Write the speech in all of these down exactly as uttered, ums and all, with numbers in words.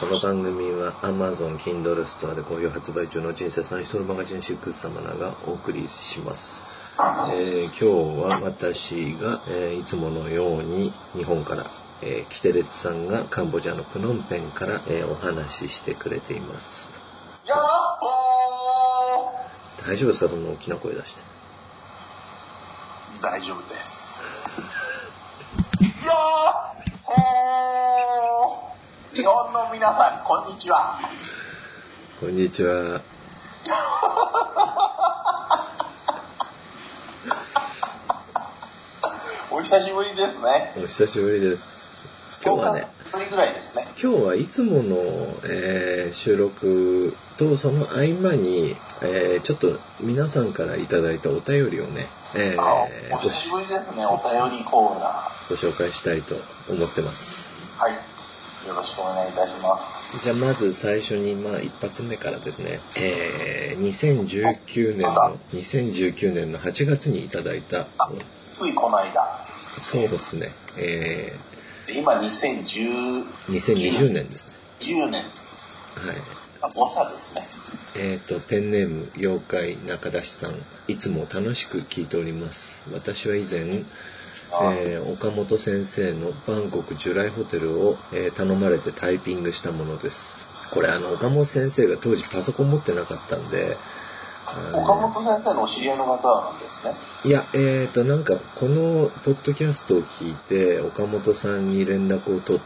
この番組は Amazon Kindle ストアで好評発売中の人生サインストールマガジンシックス様がお送りします。えー、今日は私が、えー、いつものように日本から、えー、キテレツさんがカンボジアのプノンペンから、えー、お話ししてくれています。 やっほー大丈夫ですか、そんな大きな声出して。 大丈夫です。やっほー日本の皆さん、こんにちは。 こんにちは。 お久しぶりですね。 お久しぶりです。今日はね、 ぶりぐらいですね。 今日はいつもの、えー、収録とその合間に、えー、ちょっと皆さんからいただいたお便りをね、えー、お久しぶりですね。お便りコーナーご紹介したいと思ってます。 はい。よろしくお願いいたします。 じゃあまず最初に、まあ一発目からですね、えー、にせんじゅうきゅうねんの、にせんじゅうきゅうねんのはちがつにいただいた。 ついこの間。 そうですね。えー、今にせんじゅう、 にせんにじゅうねんですね。 じゅうねん。 はい。 誤差ですね。 えっと、ペンネーム、妖怪中出しさん。いつも楽しく聞いております。私は以前、えー、岡本先生のバンコクジュライホテルを、えー、頼まれてタイピングしたものです。これあの岡本先生が当時パソコン持ってなかったんで、 岡本先生のお知り合いの方なんですね。 いや、えーとなんかこのポッドキャストを聞いて岡本さんに連絡を取って、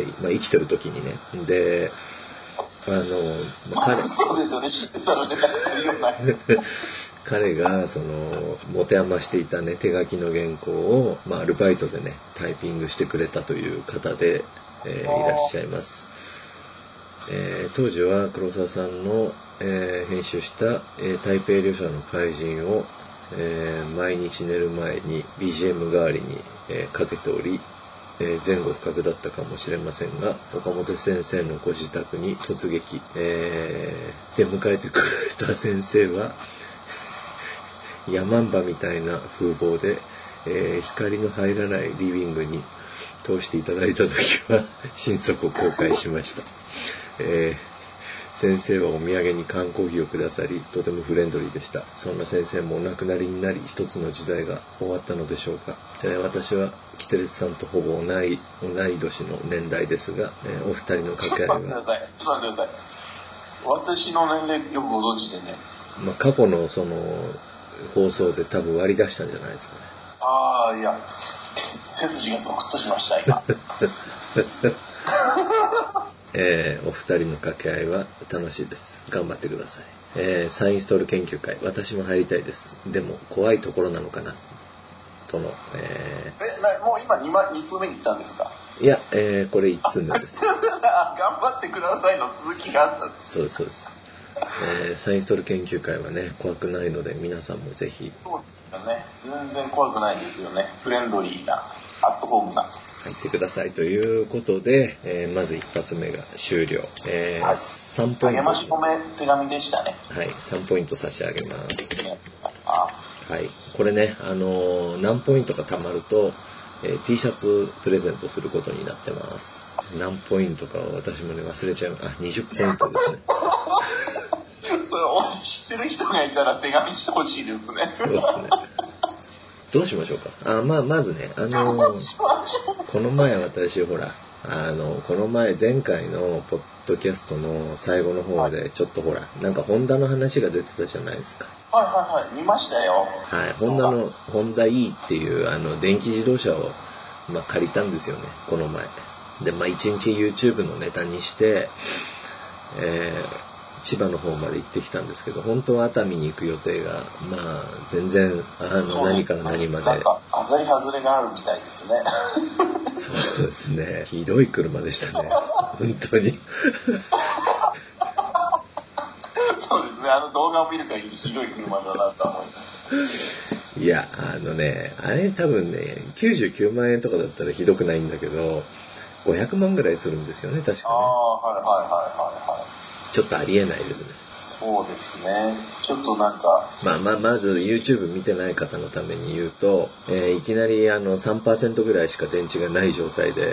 まあ、生きてる時にね、であの、 まあ、彼そうですよね、知ってたら連絡取るような彼がその持て余していたね手書きの原稿を、まあ、アルバイトでねタイピングしてくれたという方で、えー、いらっしゃいます。えー、当時は黒沢さんの、えー、編集した、えー、台北旅社の怪人を、えー、毎日寝る前に ビージーエム 代わりに、えー、かけており、えー、前後不覚だったかもしれませんが、岡本先生のご自宅に突撃、えー、出迎えてくれた先生はヤマンバみたいな風貌で、えー、光の入らないリビングに通していただいた時は心底後悔しました。えー、先生はお土産に缶コーヒーをくださり、とてもフレンドリーでした。そんな先生もお亡くなりになり、一つの時代が終わったのでしょうか。えー、私はキテレツさんとほぼ同い同い年の年代ですが、えー、お二人の掛け合いは。 ちょっと待ってください。ちょっと待ってください。私の年齢よくご存知でね。 まあ、過去のその放送で多分割り出したんじゃないですかね。 ああ、いや、背筋がゾクッとしました、今。 えー、お二人の掛け合いは楽しいです。頑張ってください。えー、サインストール研究会、私も入りたいです。でも怖いところなのかなとの、えー、えなもう今 2, 2通目に行ったんですか？ いや、えー、これいっつめです。 頑張ってくださいの続きがあったんです。 そうですそうです。えー、サインストール研究会はね怖くないので皆さんもぜひ。 そうですね。全然怖くないですよね。フレンドリーなアットホームな。 入ってくださいということで、えー、まず一発目が終了。えーはい、さんポイント。 励まし込め手紙でしたね。 はい、さんポイント差し上げます。 ね、あはい、これね、あのー、何ポイントか貯まると、えー、T シャツプレゼントすることになってます。何ポイントかは私もね忘れちゃう。あ、にじゅっポイントですね。 それ知ってる人がいたら手紙してほしいですね。 そうですね。どうしましょうか。あ、まあ、まずね、あのー、この前私、ほら、あの、この前前回のポッドキャストの最後の方で、ちょっとほら、なんかホンダの話が出てたじゃないですか。 はいはいはい、見ましたよ。 はい、ホンダの、ホンダ E っていう、あの、電気自動車を、まあ、借りたんですよね、この前。で、まあ、一日 YouTube のネタにして、えー、千葉の方まで行ってきたんですけど、本当は熱海に行く予定が、まあ、全然、あの、何から何まで。 なんか、当たり外れがあるみたいですね。 そうですね。ひどい車でしたね。本当に。 そうですね。あの動画を見る限りひどい車だなと思います。 いや、あのね、あれ多分ね、きゅうじゅうきゅうまんえんとかだったらひどくないんだけど、ごひゃくまんぐらいするんですよね、確かね。ああ、はいはいはいはいはい。 ちょっとありえないですね。 そうですね。ちょっとなんか。 まあまあ、まず YouTube 見てない方のために言うと、えー、いきなりあの さんパーセント ぐらいしか電池がない状態で、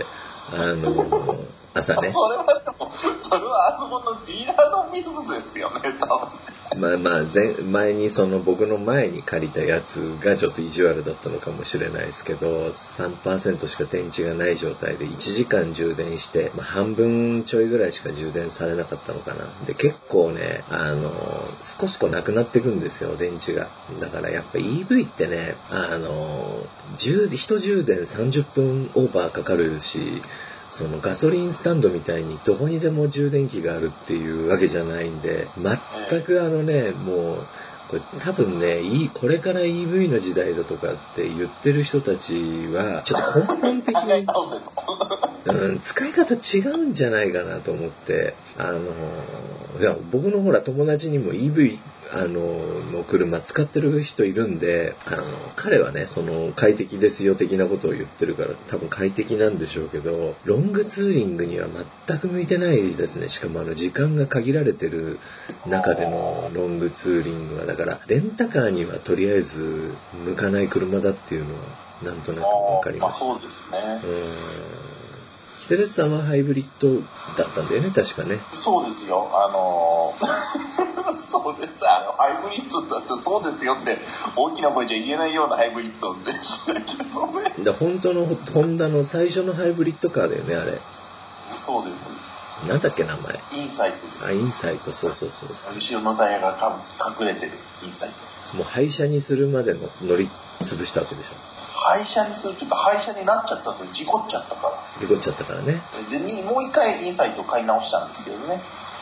あの、朝ね。 それはでも、それはあそこのディーラーのミスですよね、多分。 まあまあ前、前にその僕の前に借りたやつがちょっと意地悪だったのかもしれないですけど、さんパーセント しか電池がない状態でいちじかん充電して、まあ、半分ちょいぐらいしか充電されなかったのかな。で、結構ね、あの、少しこうなくなっていくんですよ、電池が。だからやっぱ イーブイ ってね、あの、充一充電さんじゅっぷんオーバーかかるし、そのガソリンスタンドみたいにどこにでも充電器があるっていうわけじゃないんで、全くあのね、もう、これ多分ね、いい、これから イーブイ の時代だとかって言ってる人たちは、ちょっと根本的に、うん、使い方違うんじゃないかなと思って、あの、いや僕のほら友達にも イーブイ、あの、の車使ってる人いるんで、あの、彼はね、その快適ですよ的なことを言ってるから多分快適なんでしょうけど、ロングツーリングには全く向いてないですね。しかもあの時間が限られてる中でのロングツーリングは、だからレンタカーにはとりあえず向かない車だっていうのはなんとなくわかりました。 そうですね。 うん。キテレスさんはハイブリッドだったんだよね、確かね。 そうですよ。あのー、そうです。あの、ハイブリッドだってそうですよって大きな声じゃ言えないようなハイブリッドでしたけどね。 だ本当のホンダの最初のハイブリッドカーだよね、あれ。 そうです。 なんだっけ、名前。 インサイトです。 あ、インサイト、そうそうそうそう。 後ろのタイヤがか隠れてるインサイト。 もう廃車にするまでの乗り潰したわけでしょ。 廃車にするというか廃車になっちゃったんですよ。事故っちゃったから。 事故っちゃったからね。 で、にもう一回インサイトを買い直したんですけどね。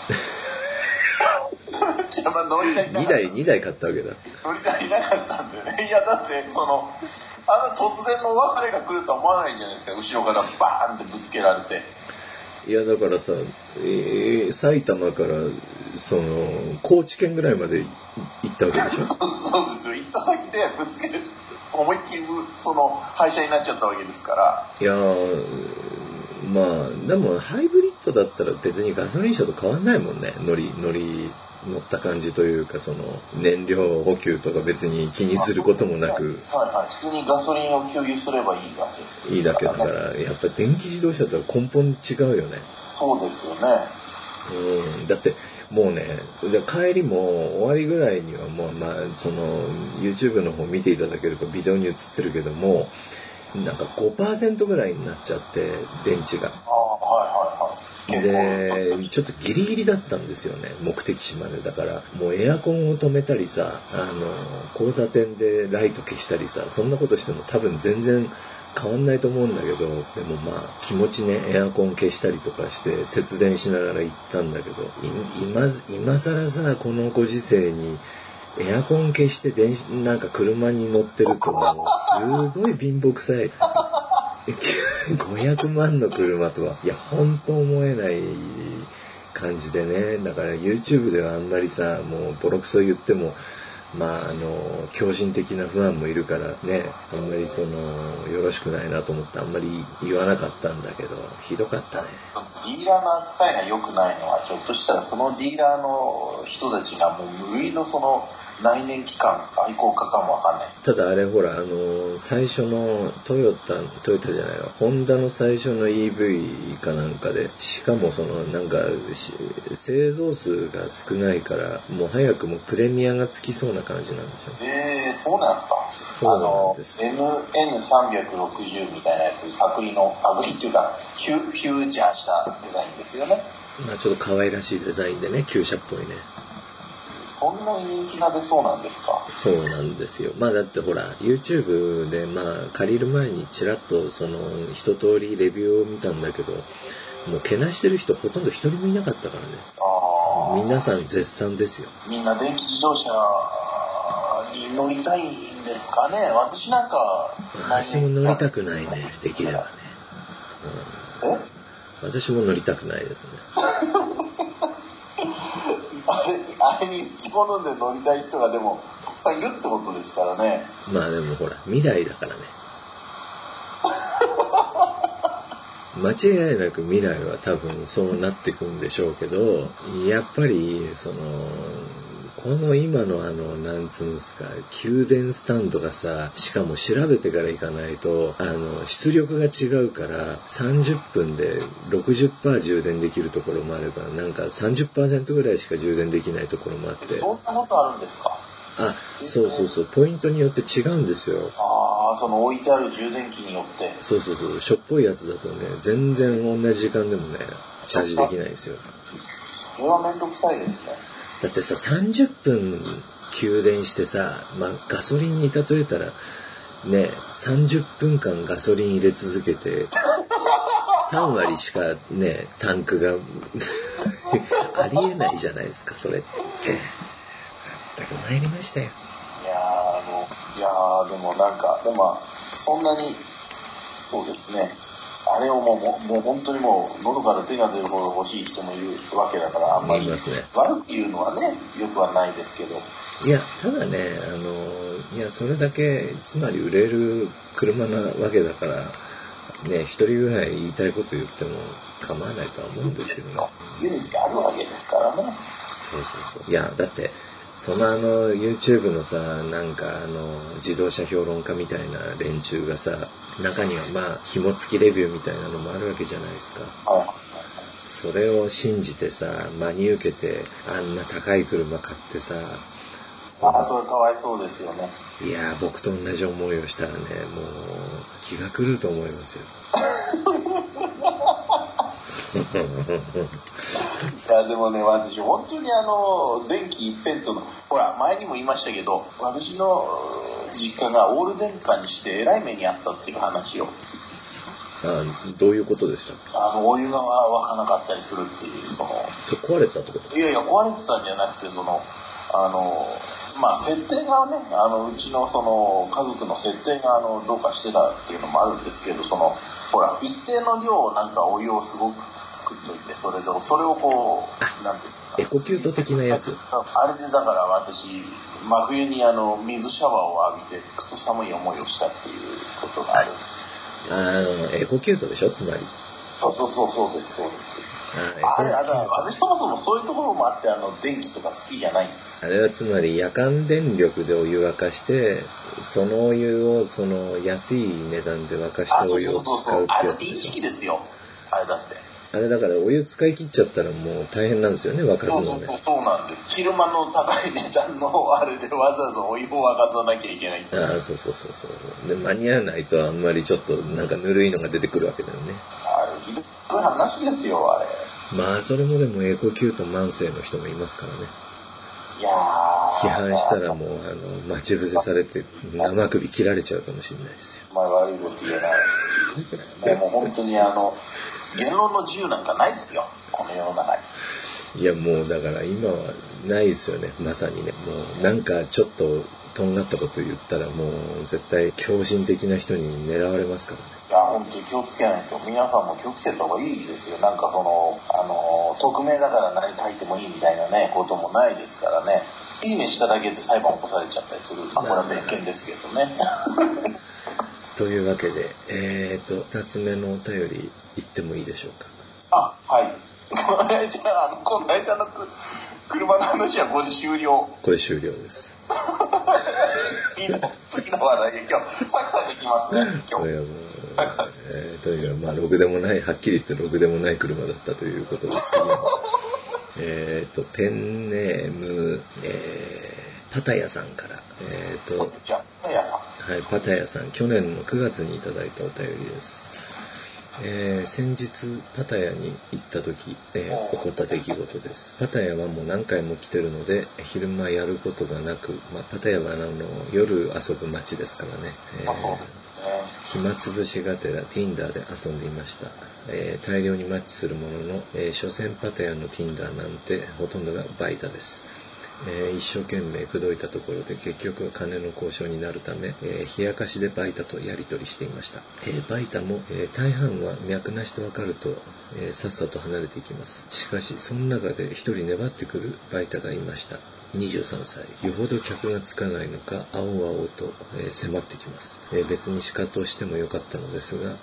にだい、にだい買ったわけだ。 乗り足りなかったんでね。いや、だって、その、あの突然のお別れが来るとは思わないじゃないですか。後ろからバーンってぶつけられて。 いや、だからさ、えー、埼玉から、その、高知県ぐらいまで行ったわけでしょ。 そうそうですよ。行った先でぶつけて、思いっきり、その、廃車になっちゃったわけですから。 いやー、まあ、でも、ハイブリッドだったら別にガソリン車と変わんないもんね。乗り、乗り、乗った感じというか、その、燃料補給とか別に気にすることもなく。 はいはい。普通にガソリンを給油すればいいだけ。 いいだけだから、やっぱ電気自動車とは根本違うよね。 そうですよね。 うん、だってもうね、帰りも終わりぐらいにはもう、まあ、その YouTube の方見ていただけるとビデオに映ってるけども、なんか ごパーセント ぐらいになっちゃって電池が。 ああ、はいはいはい。 で、ちょっとギリギリだったんですよね、目的地まで。だからもうエアコンを止めたりさ、あの交差点でライト消したりさ、そんなことしても多分全然変わんないと思うんだけど、でもまあ気持ちね、エアコン消したりとかして節電しながら行ったんだけど、今今更さ、このご時世にエアコン消して電子なんか車に乗ってるともうすごい貧乏くさい。ごひゃくまんの車とは、いや、ほんと思えない感じでね。だから YouTube ではあんまりさ、もうボロクソ言っても、まあ、あの、狂信的なファンもいるからね、あんまりその、よろしくないなと思ってあんまり言わなかったんだけど、ひどかったね。 ディーラーの扱いが良くないのは、ひょっとしたらそのディーラーの人たちがもう無類のその、内燃機関愛好家かもわかんない。 ただあれほら、あの、最初のトヨタ、トヨタじゃないわ、ホンダの最初の イーブイ かなんかで、しかもその、なんか、製造数が少ないから、もう早くもプレミアがつきそうな感じなんでしょ。 えー、そうなんですか。 そうなんです。 あの、エヌエヌさんびゃくろくじゅう みたいなやつ、パクリの、パクリっていうか、フュ、フューチャーしたデザインですよね。 まあちょっと可愛らしいデザインでね、旧車っぽいね。 そんなに人気が出そうなんですか？ そうなんですよ。まあだってほら、YouTube でまあ借りる前にちらっとその一通りレビューを見たんだけど、もうけなしてる人ほとんど一人もいなかったからね。あ皆さん絶賛ですよ。 みんな電気自動車に乗りたいんですかね。私なんか私も乗りたくないね、できればね。 うん、え？ 私も乗りたくないですね。 あれ、あれに好き好んで乗りたい人がでもたくさんいるってことですからね。 まあでもほら、未来だからね。間違いなく未来は多分そうなってくんでしょうけど、やっぱりそのこの今のあの、なんつうんですか、給電スタンドがさ、しかも調べてから行かないと、あの、出力が違うから、さんじゅっぷんで ろくじゅっパーセント 充電できるところもあれば、なんか さんじゅっパーセント ぐらいしか充電できないところもあって。 そんなことあるんですか？ あ、そうそうそう、ポイントによって違うんですよ。 ああ、その置いてある充電器によって。 そうそうそう、しょっぽいやつだとね、全然同じ時間でもね、チャージできないんですよ。 それはめんどくさいですね。 だってさ、さんじゅっぷん給電してさ、まあガソリンに例えたら、ね、さんじゅっぷんかんガソリン入れ続けて、さんわりしかね、タンクがありえないじゃないですか、それって。全く参りましたよ。 いやー、あの、いやー、でもなんか、でも、そんなに、そうですね。あれをもう、もうもう本当にもう、喉から手が出るほど欲しい人もいるわけだから、あんまり悪く言うのはね、よくはないですけど。 いや、ただね、あの、いや、それだけ、つまり売れる車なわけだから、ね、一人ぐらい言いたいこと言っても構わないとは思うんですけどね。 勇気あるわけですからね。 そうそうそう。いや、だって、そのあの、YouTube のさ、なんかあの、自動車評論家みたいな連中がさ、中にはまあ、紐付きレビューみたいなのもあるわけじゃないですか。 はい。 それを信じてさ、真に受けて、あんな高い車買ってさ、 ああ、それかわいそうですよね。 いやー、僕と同じ思いをしたらね、もう、気が狂うと思いますよ。 いや、でもね、私、本当にあの、電気一辺倒の、ほら、前にも言いましたけど、私の実家がオール電化にしてえらい目にあったっていう話を。 あ、どういうことでした？ あの、お湯が沸かなかったりするっていう、その。 それ壊れてたってこと？ いやいや、壊れてたんじゃなくて、その、あの、まあ、設定がね、あの、うちのその、家族の設定があの、どうかしてたっていうのもあるんですけど、その、ほら、一定の量なんかお湯をすごく作っといて、それで、それをこう、なんていうか。 エコキュート的なやつ。 あれでだから私、真冬にあの、水シャワーを浴びて、クソ寒い思いをしたっていうことがある。 あの、エコキュートでしょ、つまり。 そうそうそうそうです、そうです。あれ、あれ、私そもそもそういうところもあって、あの、電気とか好きじゃないんです。 あれはつまり夜間電力でお湯沸かして、そのお湯をその安い値段で沸かしたお湯を使うってやつでしょ。 あれだってインチキですよ。あれだって。 あれだからお湯使い切っちゃったらもう大変なんですよね、沸かすのね。 そうそうそうなんです。昼間の高い値段のあれでわざわざお湯を沸かさなきゃいけない。 ああ、そうそうそうそう。で、間に合わないとあんまりちょっとなんかぬるいのが出てくるわけだよね。 あれ、ひどい話ですよ、あれ。 まあ、それもでもエコキュート慢性の人もいますからね。 いやー。 批判したらもう、あの、待ち伏せされて生首切られちゃうかもしれないですよ。 お前悪いこと言えない。もうもう本当にあの、言論の自由なんかないですよ、この世の中に。 いや、もうだから今はないですよね、まさにね。もうなんかちょっととんがったこと言ったらもう絶対狂信的な人に狙われますからね。 いや、本当に気をつけないと。皆さんも気をつけた方がいいですよ。なんかその、あの、匿名だから何書いてもいいみたいなね、こともないですからね。いいねしただけで裁判起こされちゃったりする。まあ、これは別件ですけどね。 というわけで、えーと、二つ目のお便り言ってもいいでしょうか。 あ、はい。じゃあ、あの、この間の車の話はこれで終了。 これ終了です。 次の、次の話題、今日、サクサクいきますね、今日。 いやもうサクサク。えー、とにかく、まあ、ろくでもない、はっきり言ってろくでもない車だったということで、次の、えーと、ペンネーム、えー、パタヤさんから、えーと、 じゃあ、パタヤさん。 はい、パタヤさん、去年のくがつにいただいたお便りです。えー、先日パタヤに行った時、えー、起こった出来事です。パタヤはもう何回も来てるので昼間やることがなく、まあ、パタヤはあの夜遊ぶ街ですからね、えー、暇つぶしがてら Tinder で遊んでいました。えー、大量にマッチするものの、えー、所詮パタヤの Tinder なんてほとんどがバイタです。えー、一生懸命口説いたところで結局は金の交渉になるため、えー、冷やかしでバイタとやり取りしていました。えー、バイタも、えー、大半は脈なしとわかると、えー、さっさと離れていきます。しかしその中で一人粘ってくるバイタがいました。にじゅうさんさい。よほど客がつかないのか青々と、えー、迫ってきます。えー、別に仕方をしてもよかったのですが、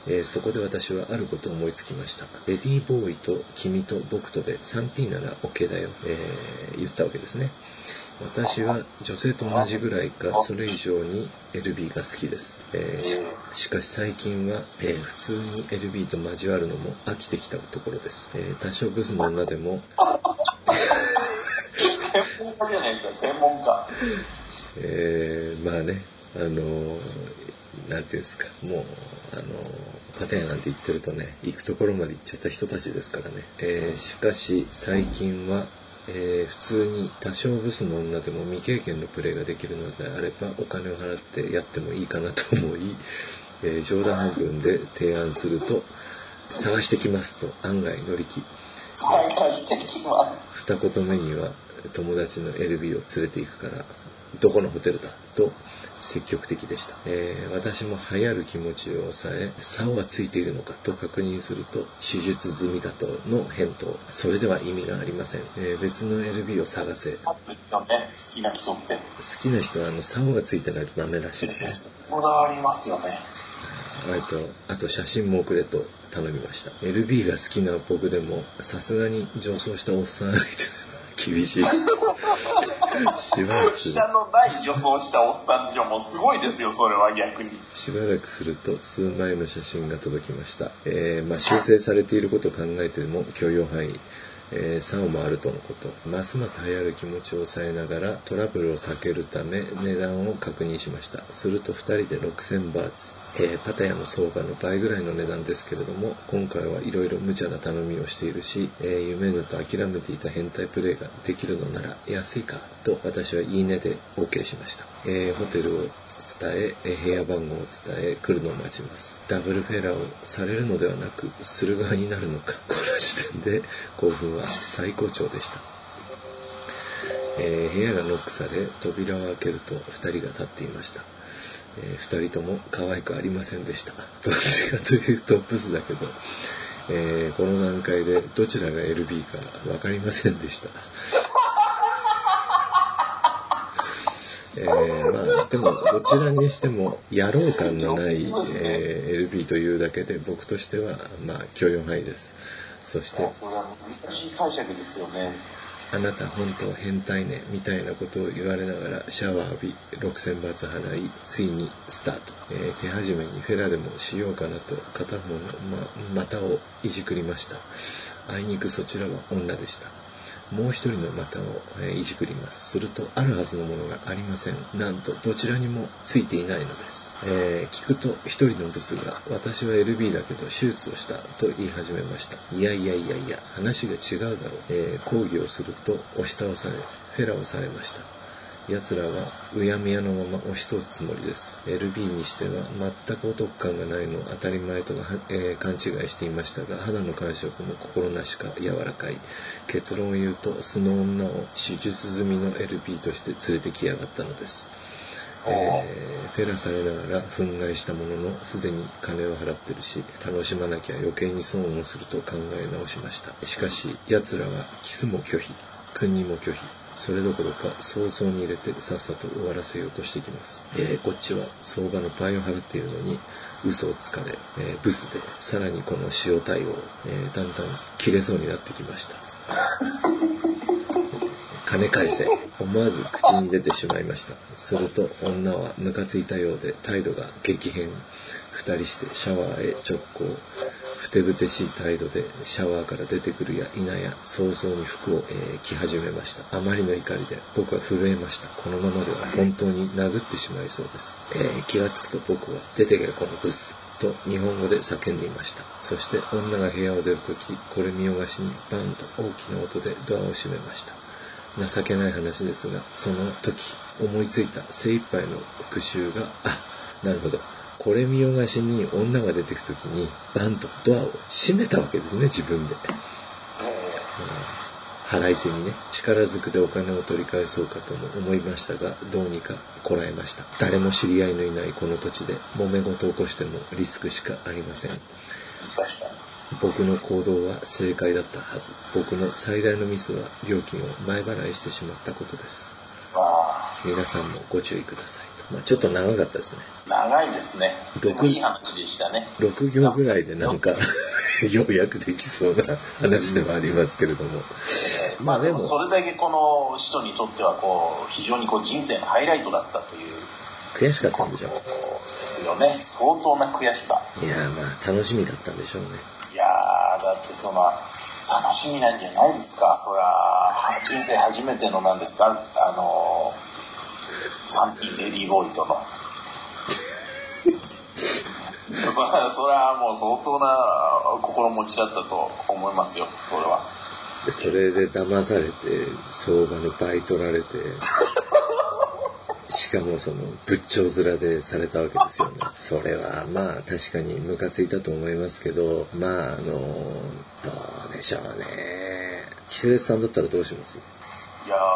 えー、そこで私はあることを思いつきました。レディーボーイと君と僕とで スリーピー なら OK だよ、えー、言ったわけですね。私は女性と同じぐらいかそれ以上に エルビー が好きです。えー、し, しかし最近は、えー、普通に エルビー と交わるのも飽きてきたところです。えー、多少ブスの女でも専門家じゃないか、専門家。 えー、まあね、あのー、なんていうんですか、もう、あのー、パテヤなんて言ってるとね、行くところまで行っちゃった人たちですからね。えー、しかし最近は、えー、普通に多少ブスの女でも未経験のプレーができるのであればお金を払ってやってもいいかなと思い、えー、冗談半分で提案すると探してきますと案外乗り気。 探してきます。 二言目には友達の エルビー を連れて行くからどこのホテルだと積極的でした。えー、私も流行る気持ちを抑え、竿はついているのかと確認すると手術済みだとの返答。それでは意味がありません。えー、別の エルビー を探せ。 好きな人って好きな人はあの竿がついてないとダメらしいですね。 こだわりますよね。 あと、あと写真も送れと頼みました。エルビー が好きな僕でもさすがに女装したおっさん相手厳しいです。しばらくする下のない女装したおっさんでもすごいですよ、それは逆に。 しばらくすると数枚の写真が届きました。えー、まあ修正されていることを考えても許容範囲。えー、竿もあるとのこと。ますます流行る気持ちを抑えながらトラブルを避けるため値段を確認しました。するとふたりでろくせんバーツ、えー、パタヤの相場の倍ぐらいの値段ですけれども、今回はいろいろ無茶な頼みをしているし、えー、夢だと諦めていた変態プレイができるのなら安いかと私はいいねで OK しました。えー、ホテルを伝え、部屋番号を伝え、来るのを待ちます。ダブルフェラーをされるのではなく、する側になるのか、この時点で興奮は最高潮でした。えー、部屋がノックされ、扉を開けるとふたりが立っていました。えー、ふたりとも可愛くありませんでした。どっちかというとブスだけど、えー、この段階でどちらが エルビー か分かりませんでした。えー、まあでもどちらにしても野郎感のない、えー、エルビー というだけで僕としてはまあ許容範囲です。そしてそれは難しい解釈ですよね。 あなた本当変態ねみたいなことを言われながらシャワー浴びろくせんバーツ払いついにスタート。えー、手始めにフェラでもしようかなと片方の、ま、股をいじくりました。あいにくそちらは女でした。もう一人の股を、えー、いじくります。するとあるはずのものがありません。なんとどちらにもついていないのです。えー、聞くと一人のブスが私は エルビー だけど手術をしたと言い始めました。いやいやいやいや話が違うだろう。えー、抗議をすると押し倒されフェラをされました。奴らはうやむやのまま押し通すつもりです。エルビー にしては全くお得感がないのを当たり前と、えー、勘違いしていましたが、肌の感触も心なしか柔らかい。結論を言うと素の女を手術済みの エルビー として連れてきやがったのです。えー、フェラされながら憤慨したもののすでに金を払ってるし楽しまなきゃ余計に損をすると考え直しました。しかし奴らはキスも拒否、国も拒否、それどころか早々に入れてさっさと終わらせようとしてきます。えー、こっちは相場の倍を払っているのに嘘をつかれ、えー、ブスでさらにこの塩対応、えー、だんだん切れそうになってきました。金返せ、思わず口に出てしまいました。すると女はムカついたようで態度が激変。二人してシャワーへ直行。ふてぶてしい態度でシャワーから出てくるや否や早々に服を、えー、着始めました。あまりの怒りで僕は震えました。このままでは本当に殴ってしまいそうです。えー、気がつくと僕は出てけこのブスと日本語で叫んでいました。そして女が部屋を出るとき、これ見よがしにバンと大きな音でドアを閉めました。情けない話ですが、その時思いついた精一杯の復讐が、あ、なるほど。これ見よがしに女が出てくときにバンとドアを閉めたわけですね、自分で。腹いせにね、力ずくでお金を取り返そうかとも思いましたが、どうにかこらえました。誰も知り合いのいないこの土地で揉め事を起こしてもリスクしかありません。 確かに。 僕の行動は正解だったはず。僕の最大のミスは料金を前払いしてしまったことです。皆さんもご注意くださいと。 まあ、ちょっと長かったですね。 長いですね。でもいい話でしたね。 ろく行ぐらいでなんか要約できそうな話ではありますけれども、 えー、まあでもそれだけこの人にとってはこう非常にこう人生のハイライトだったという。 悔しかったんでしょう。 ですよね。相当な悔しさ。 いやまあ楽しみだったんでしょうね。 いやーだってその楽しみなんじゃないですか。そりゃ人生初めてのなんですか、あの三品レディーボーイとのそれはそれはもう相当な心持ちだったと思いますよ。それは。 でそれで騙されて相場の倍取られてしかもその仏頂面でされたわけですよね。それはまあ確かにムカついたと思いますけど、まああのどうでしょうね。キテレツさんだったらどうします？ いや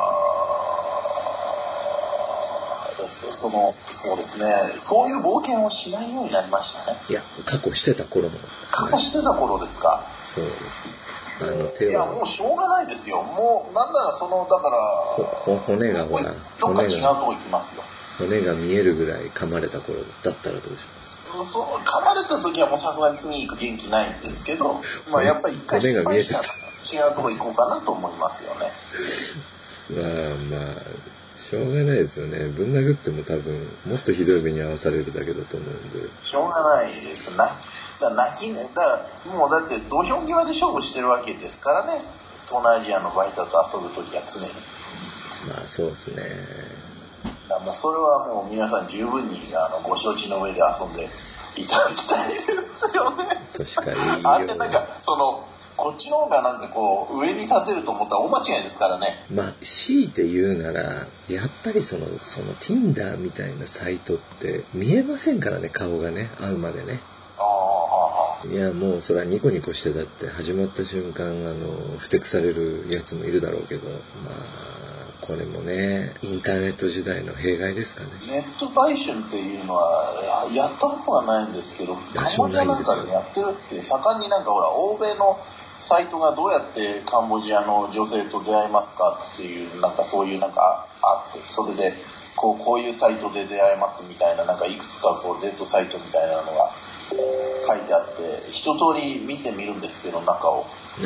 ーそのそうですね。そういう冒険をしないようになりましたね。 いや過去してた頃の。 過去してた頃ですか。 そうです。あの手をいやもうしょうがないですよ。もうなんならそのだからほ骨がほらどっか違うとこ行きますよ。 骨が見えるぐらい噛まれた頃だったらどうします？ そう噛まれた時はもうさすがに次行く元気ないんですけど、まあやっぱり一回骨が見えてた違うとこ行こうかなと思いますよね。 まあまあしょうがないですよね。ぶん殴っても多分もっとひどい目に遭わされるだけだと思うんで。 しょうがないですな。だから泣きね、だからもうだって土俵際で勝負してるわけですからね。東南アジアのバイトと遊ぶ時は常に。 まあそうですね。 もうそれはもう皆さん十分にあのご承知の上で遊んでいただきたいですよね。 確かに。 あれなんかそのこっちの方がなんかこう上に立てると思ったら大間違いですからね。 まあ強いて言うならやっぱりそのその Tinder みたいなサイトって見えませんからね、顔がね、会うまでね。 ああいやもうそれはニコニコしてだって始まった瞬間あのふてくされるやつもいるだろうけど、まあこれもねインターネット時代の弊害ですかね。 ネット売春っていうのは や, やったことはないんですけど、カンボジアなんかでやってるって盛んになんかほら欧米のサイトがどうやってカンボジアの女性と出会いますかっていうなんかそういうなんかあって、それでこうこういうサイトで出会えますみたいななんかいくつかこうデートサイトみたいなのが書いてあって一通り見てみるんですけど中を、うん、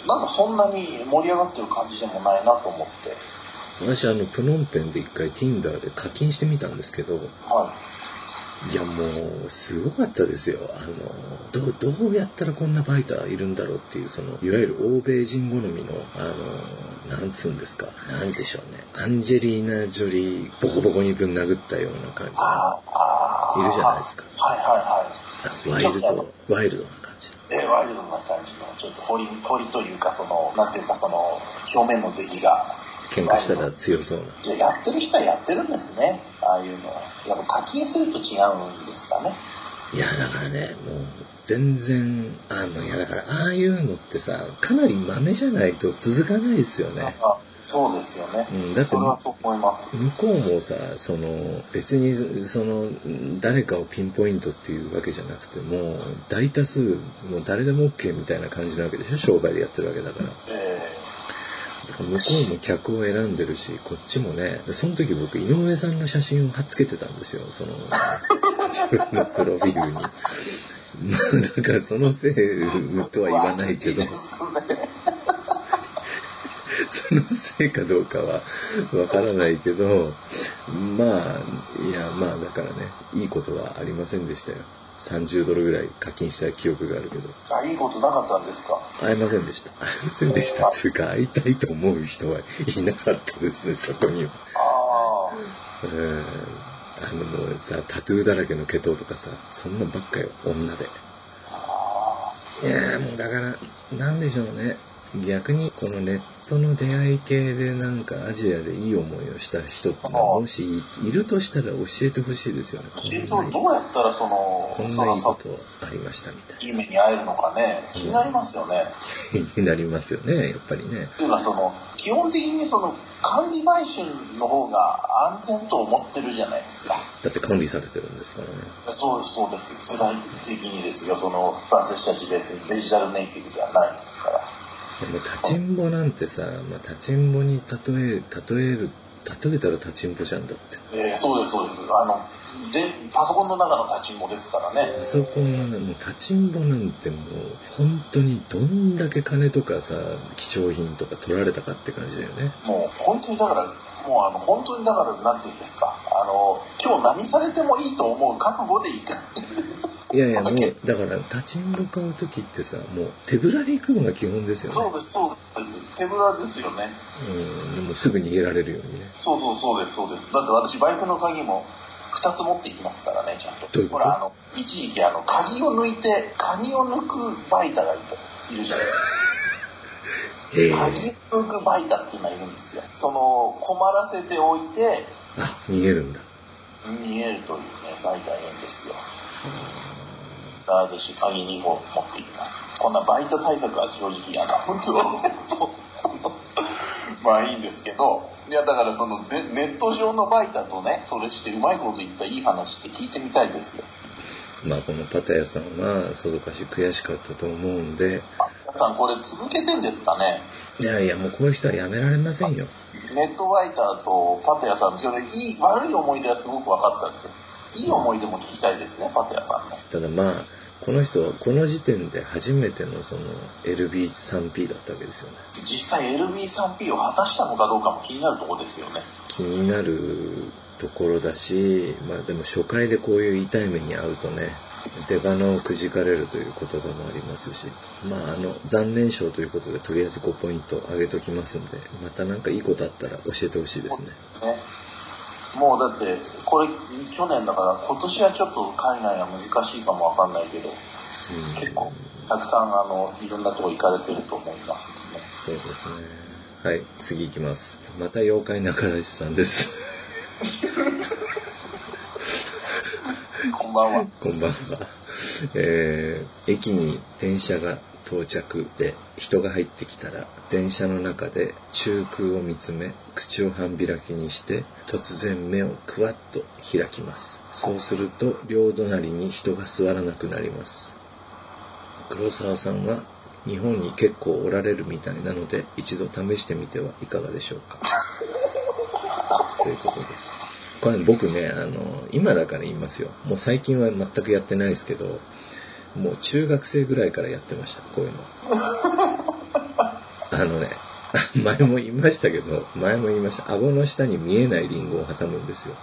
なんかそんなに盛り上がってる感じでもないなと思って。 私あのプノンペンで一回 Tinder で課金してみたんですけど、はい、いやもうすごかったですよ。あの ど, どうやったらこんなバイターいるんだろうっていう、そのいわゆる欧米人好みのあのなんつうんですか、なんでしょうね、アンジェリーナ・ジョリーボコボコにぶん殴ったような感じのいるじゃないですか。 はいはいはい。 ワイルドワイルドな感じ。 えー、ワイルドな感じのちょっと彫り彫りというかそのなんていうかその表面の出来が。 喧嘩したら強そうな。 いや、やってる人はやってるんですね。ああいうのは。やっぱ課金すると違うんですかね。 いや、だからね、もう、全然、あの、いや、だから、ああいうのってさ、かなり豆じゃないと続かないですよね。 ああそうですよね。うん、だって、それはそう思います。 向こうもさ、その、別に、その、誰かをピンポイントっていうわけじゃなくても、大多数、もう誰でも OK みたいな感じなわけでしょ、商売でやってるわけだから。えー向こうも客を選んでるし、こっちもね、その時僕井上さんの写真を貼っつけてたんですよ、その自分のプロフィールに。まあだからそのせいとは言わないけど、そのせいかどうかはわからないけど、まあいやまあだからね、いいことはありませんでしたよ。さんじゅうドルぐらい課金した記憶があるけど。 あ、いいことなかったんですか？ 会えませんでした。会えませんでしたつうか、会いたいと思う人はいなかったですね、そこには。ああ。うんあのもうさ、タトゥーだらけのケトウとかさ、そんなばっかよ、女で。いやもうだから、なんでしょうね。逆にこのネットの出会い系でなんかアジアでいい思いをした人ってのはもしいるとしたら教えてほしいですよね。 どうやったらそのこんないいことありましたみたいな。 いい目に会えるのかね、気になりますよね。 気になりますよね、やっぱりね。 というかその基本的にその管理売春の方が安全と思ってるじゃないですか。 だって管理されてるんですからね。 そうですそうです。世代的にですよ。その私たち別にデジタルネイティブではないんですから。 でも立ちんぼなんてさ、まあ、立ちんぼに例え例える例えたら立ちんぼじゃんだって。 えー、そうですそうです。あのでパソコンの中の立ちんぼですからね。 パソコンのね、もう立ちんぼなんてもう本当にどんだけ金とかさ貴重品とか取られたかって感じだよね。 もう本当にだからもうあの本当にだからなんていうんですか、あの今日何されてもいいと思う覚悟でいいか。 いやいやもうだから立ちんぼ買う時ってさもう手ぶらで行くのが基本ですよね。 そうですそうです。手ぶらですよね。 うんでもすぐ逃げられるようにね。 そうそうそうですそうです。だって私バイクの鍵もふたつ持っていきますからねちゃんと。 どういうこと？ ほらあの一時期あの鍵を抜いて鍵を抜くバイタがいたいるじゃないですか。鍵を抜くバイタっていうのがいるんですよ。その困らせておいてあ逃げるんだ。 逃げるというねバイタいるんですよ。私鍵にほん持っていきます。こんなバイト対策は正直あの本当まあいいんですけど、いやだからそのでネット上のバイタとねそれしてうまいこと言ったいい話って聞いてみたいですよ。 まあこのパタヤさんはさぞかし悔しかったと思うんで。 皆さんこれ続けてんですかね。 いやいやもうこういう人はやめられませんよ。 ネットバイタとパタヤさんっていい悪い思い出はすごく分かったんですよ。いい思い出も聞きたいですね、パタヤさんの。 ただまあこの人はこの時点で初めてのその エルビースリーピー だったわけですよね。 実際 エルビースリーピー を果たしたのかどうかも気になるところですよね。 気になるところだし、まあでも初回でこういう痛い目に遭うとね、出花をくじかれるという言葉もありますし、まああの残念賞ということでとりあえずごポイント上げときますんで、またなんかいいことあったら教えてほしいですね。ねもうだってこれ去年だから今年はちょっと海外は難しいかもわかんないけど、うん、結構たくさんあのいろんなとこ行かれてると思いますね。 そうですね。はい、次行きます。また妖怪中西さんです。 こんばんは。 こんばんは。えー、駅に電車が到着で人が入ってきたら電車の中で中空を見つめ口を半開きにして突然目をクワッと開きます。そうすると両隣に人が座らなくなります。黒沢さんは日本に結構おられるみたいなので一度試してみてはいかがでしょうか。ということでこれ僕ねあの今だから言いますよ。もう最近は全くやってないですけどもう中学生ぐらいからやってましたこういうの。あのね前も言いましたけど前も言いました顎の下に見えないリンゴを挟むんですよ。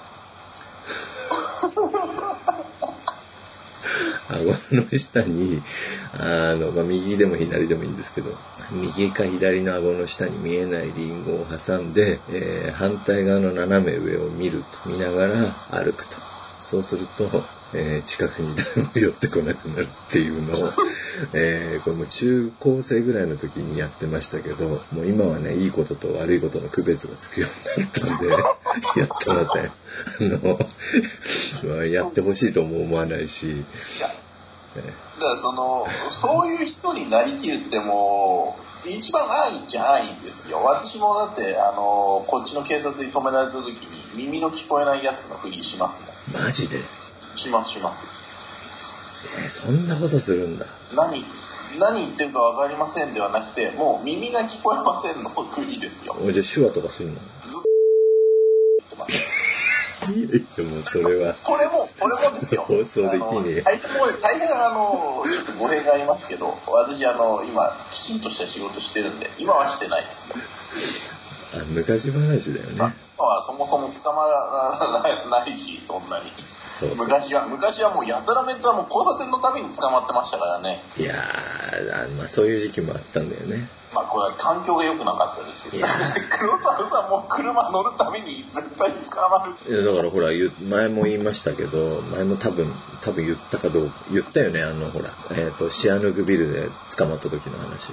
顎の下にあの、まあ、右でも左でもいいんですけど右か左の顎の下に見えないリンゴを挟んで、えー、反対側の斜め上を見ると見ながら歩くと。そうすると、えー、近くに誰も寄ってこなくなるっていうのを、えー、これも中高生ぐらいの時にやってましたけどもう今はねいいことと悪いことの区別がつくようになったんでやってません。あのやってほしいとも思わないし、 だからそのそういう人になりきるってもう一番安易じゃないんですよ。私もだってあのこっちの警察に止められた時に耳の聞こえないやつのふりしますもん。 マジで？ しますします。 えー、そんなことするんだ。 何何言ってるか分かりませんではなくてもう耳が聞こえませんのふりですよ。 じゃあ手話とかするの？ずっと言ってます。でもそれはこれもこれもですよ。 放送できねえ。 大変大変あのちょっと語弊がありますけど、私あの今きちんとした仕事してるんで今はしてないですよ。 あ昔話だよね。 今はそもそも捕まらないしそんなに。そうそう昔は昔はもうやたらめったらもう交差点のたびに捕まってましたからね。 いやーまあそういう時期もあったんだよね。 まあこれは環境が良くなかったですよ。黒沢さんも車乗るたびに絶対に捕まる。 いやだからほら前も言いましたけど前も多分多分言ったかどうか言ったよね。あのほらえっとシアヌークビルで捕まった時の話。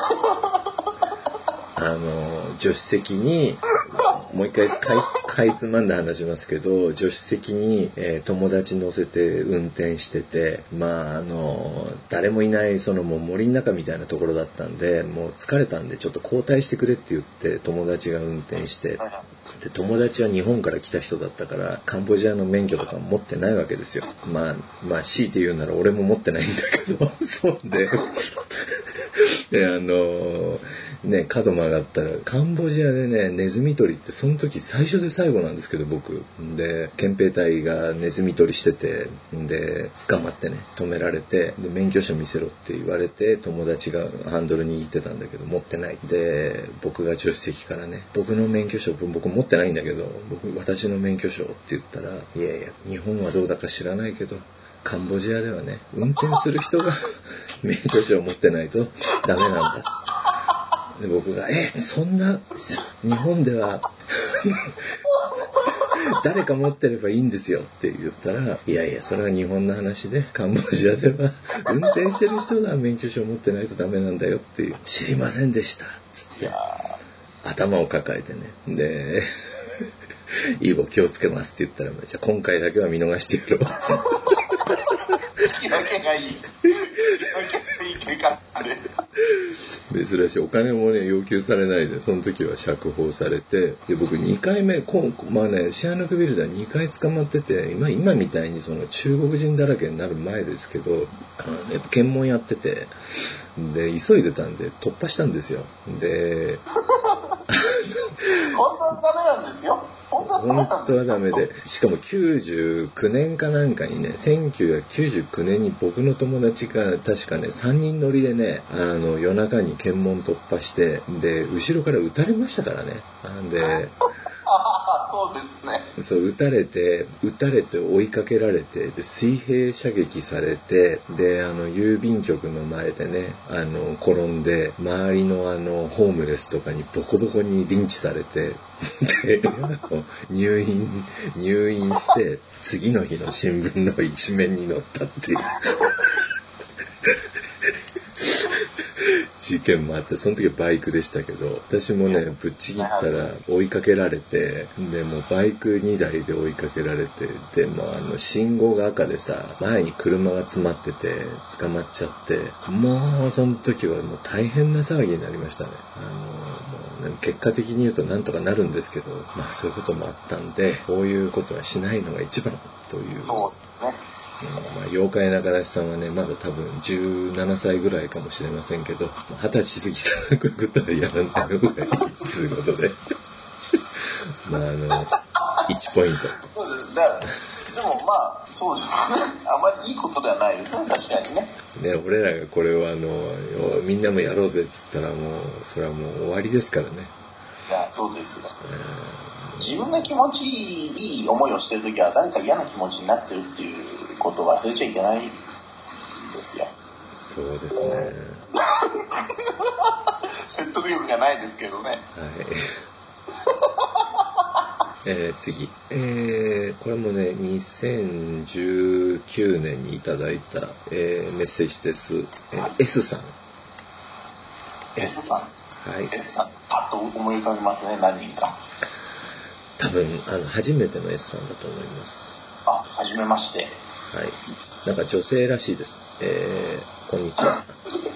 あの助手席にもう一回かい、かいつまんで話しますけど助手席に、えー、友達乗せて運転しててまああの誰もいないそのもう森の中みたいなところだったんでもう疲れたんでちょっと交代してくれって言って友達が運転してで友達は日本から来た人だったからカンボジアの免許とか持ってないわけですよ。まあまあ強いて言うなら俺も持ってないんだけどそうでであのね、角曲がったら、カンボジアでね、ネズミ捕りってその時最初で最後なんですけど、僕。で、憲兵隊がネズミ捕りしてて、で、捕まってね、止められて、で、免許証見せろって言われて、友達がハンドル握ってたんだけど、持ってない。で、僕が助手席からね、僕の免許証、僕持ってないんだけど、僕、私の免許証って言ったら、いやいや、日本はどうだか知らないけど、カンボジアではね、運転する人が免許証を持ってないとダメなんだっつって。で、僕が、え、そんな、日本では、誰か持ってればいいんですよって言ったら、いやいや、それは日本の話で、カンボジアでは、運転してる人が免許証を持ってないとダメなんだよっていう、知りませんでした、つって。頭を抱えてね。で、いいぼ気をつけますって言ったら、じゃあ今回だけは見逃してやろう。 気だけがいい。気だけがいい警官で。 珍しい。お金もね、要求されないで、その時は釈放されて、で、僕にかいめ、こうまあね、シアヌークビルではにかい捕まってて、今、今みたいにその中国人だらけになる前ですけど、あのやっぱ検問やってて、で、急いでたんで突破したんですよ。で、 本当はダメなんですよ。本当はダメで、しかもきゅうじゅうきゅうねんかなんかにね、せんきゅうひゃくきゅうじゅうきゅうねんに僕の友達が確かね、さんにん乗りでね、あの、夜中に検問突破して、で、後ろから撃たれましたからね。なんで、 そうですね。 そう、撃たれて、撃たれて追いかけられて、で、水平射撃されて、で、あの、郵便局の前でね、あの、転んで、周りのあの、ホームレスとかにボコボコにリンチされて、で、入院、入院して、次の日の新聞の一面に載ったっていう。事件もあって、その時はバイクでしたけど、私もね、ぶっちぎったら追いかけられて、で、もうバイクにだいで追いかけられて、で、もうあの、信号が赤でさ、前に車が詰まってて、捕まっちゃって、もうその時はもう大変な騒ぎになりましたね。あの、もうね、結果的に言うとなんとかなるんですけど、まあそういうこともあったんで、こういうことはしないのが一番という。 そうね。 まあ、妖怪中出しさんはね、まだ多分じゅうななさいぐらいかもしれませんけど、はたち過ぎたらこういうことはやらない方がいいということで。まあ、あの、いちポイント。 そうです。だでもまあ、そうですね。あまりいいことではないですね、確かにね。 ね、俺らがこれをあの、みんなもやろうぜっつったらもう、それはもう終わりですからね。 いや、そうですよ。自分が気持ちいい思いをしてるときは、誰か嫌な気持ちになってるっていうことを忘れちゃいけないんですよ。 そうですね。 説得力がないですけどね。はい。 えー、次。えー、これもね、にせんじゅうきゅうねんにいただいた、えー、メッセージです。えー、S さん。 S さん。 はい。 S さん、パッと思い浮かびますね、何人か。 多分、あの、初めての S さんだと思います。 あ、はじめまして。 はい。なんか女性らしいです。えー、こんにちは。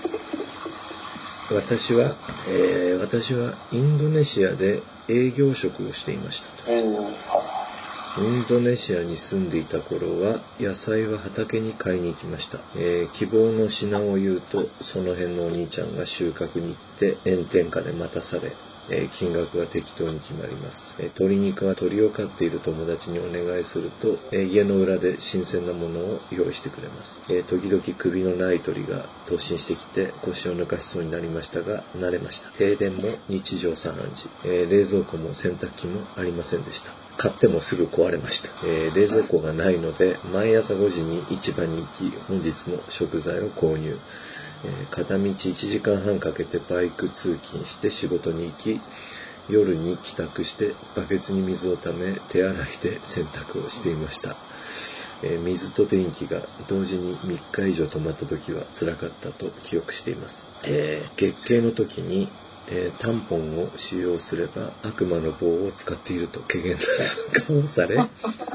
私は、えー、私はインドネシアで営業職をしていましたと。 えー、はい。 インドネシアに住んでいた頃は野菜は畑に買いに行きました、えー、希望の品を言うとその辺のお兄ちゃんが収穫に行って炎天下で待たされ、えー、金額は適当に決まります、えー、鶏肉は鳥を飼っている友達にお願いすると、えー、家の裏で新鮮なものを用意してくれます、えー、時々首のない鳥が突進してきて腰を抜かしそうになりましたが慣れました。停電も日常茶飯事、えー、冷蔵庫も洗濯機もありませんでした。買ってもすぐ壊れました、えー、冷蔵庫がないので毎朝ごじに市場に行き本日の食材を購入、えー、片道いちじかんはんかけてバイク通勤して仕事に行き夜に帰宅してバケツに水をため手洗いで洗濯をしていました、えー、水と電気が同時にみっか以上止まった時は辛かったと記憶しています、えー、月経の時にえー、タンポンを使用すれば悪魔の棒を使っていると軽減な通過をされ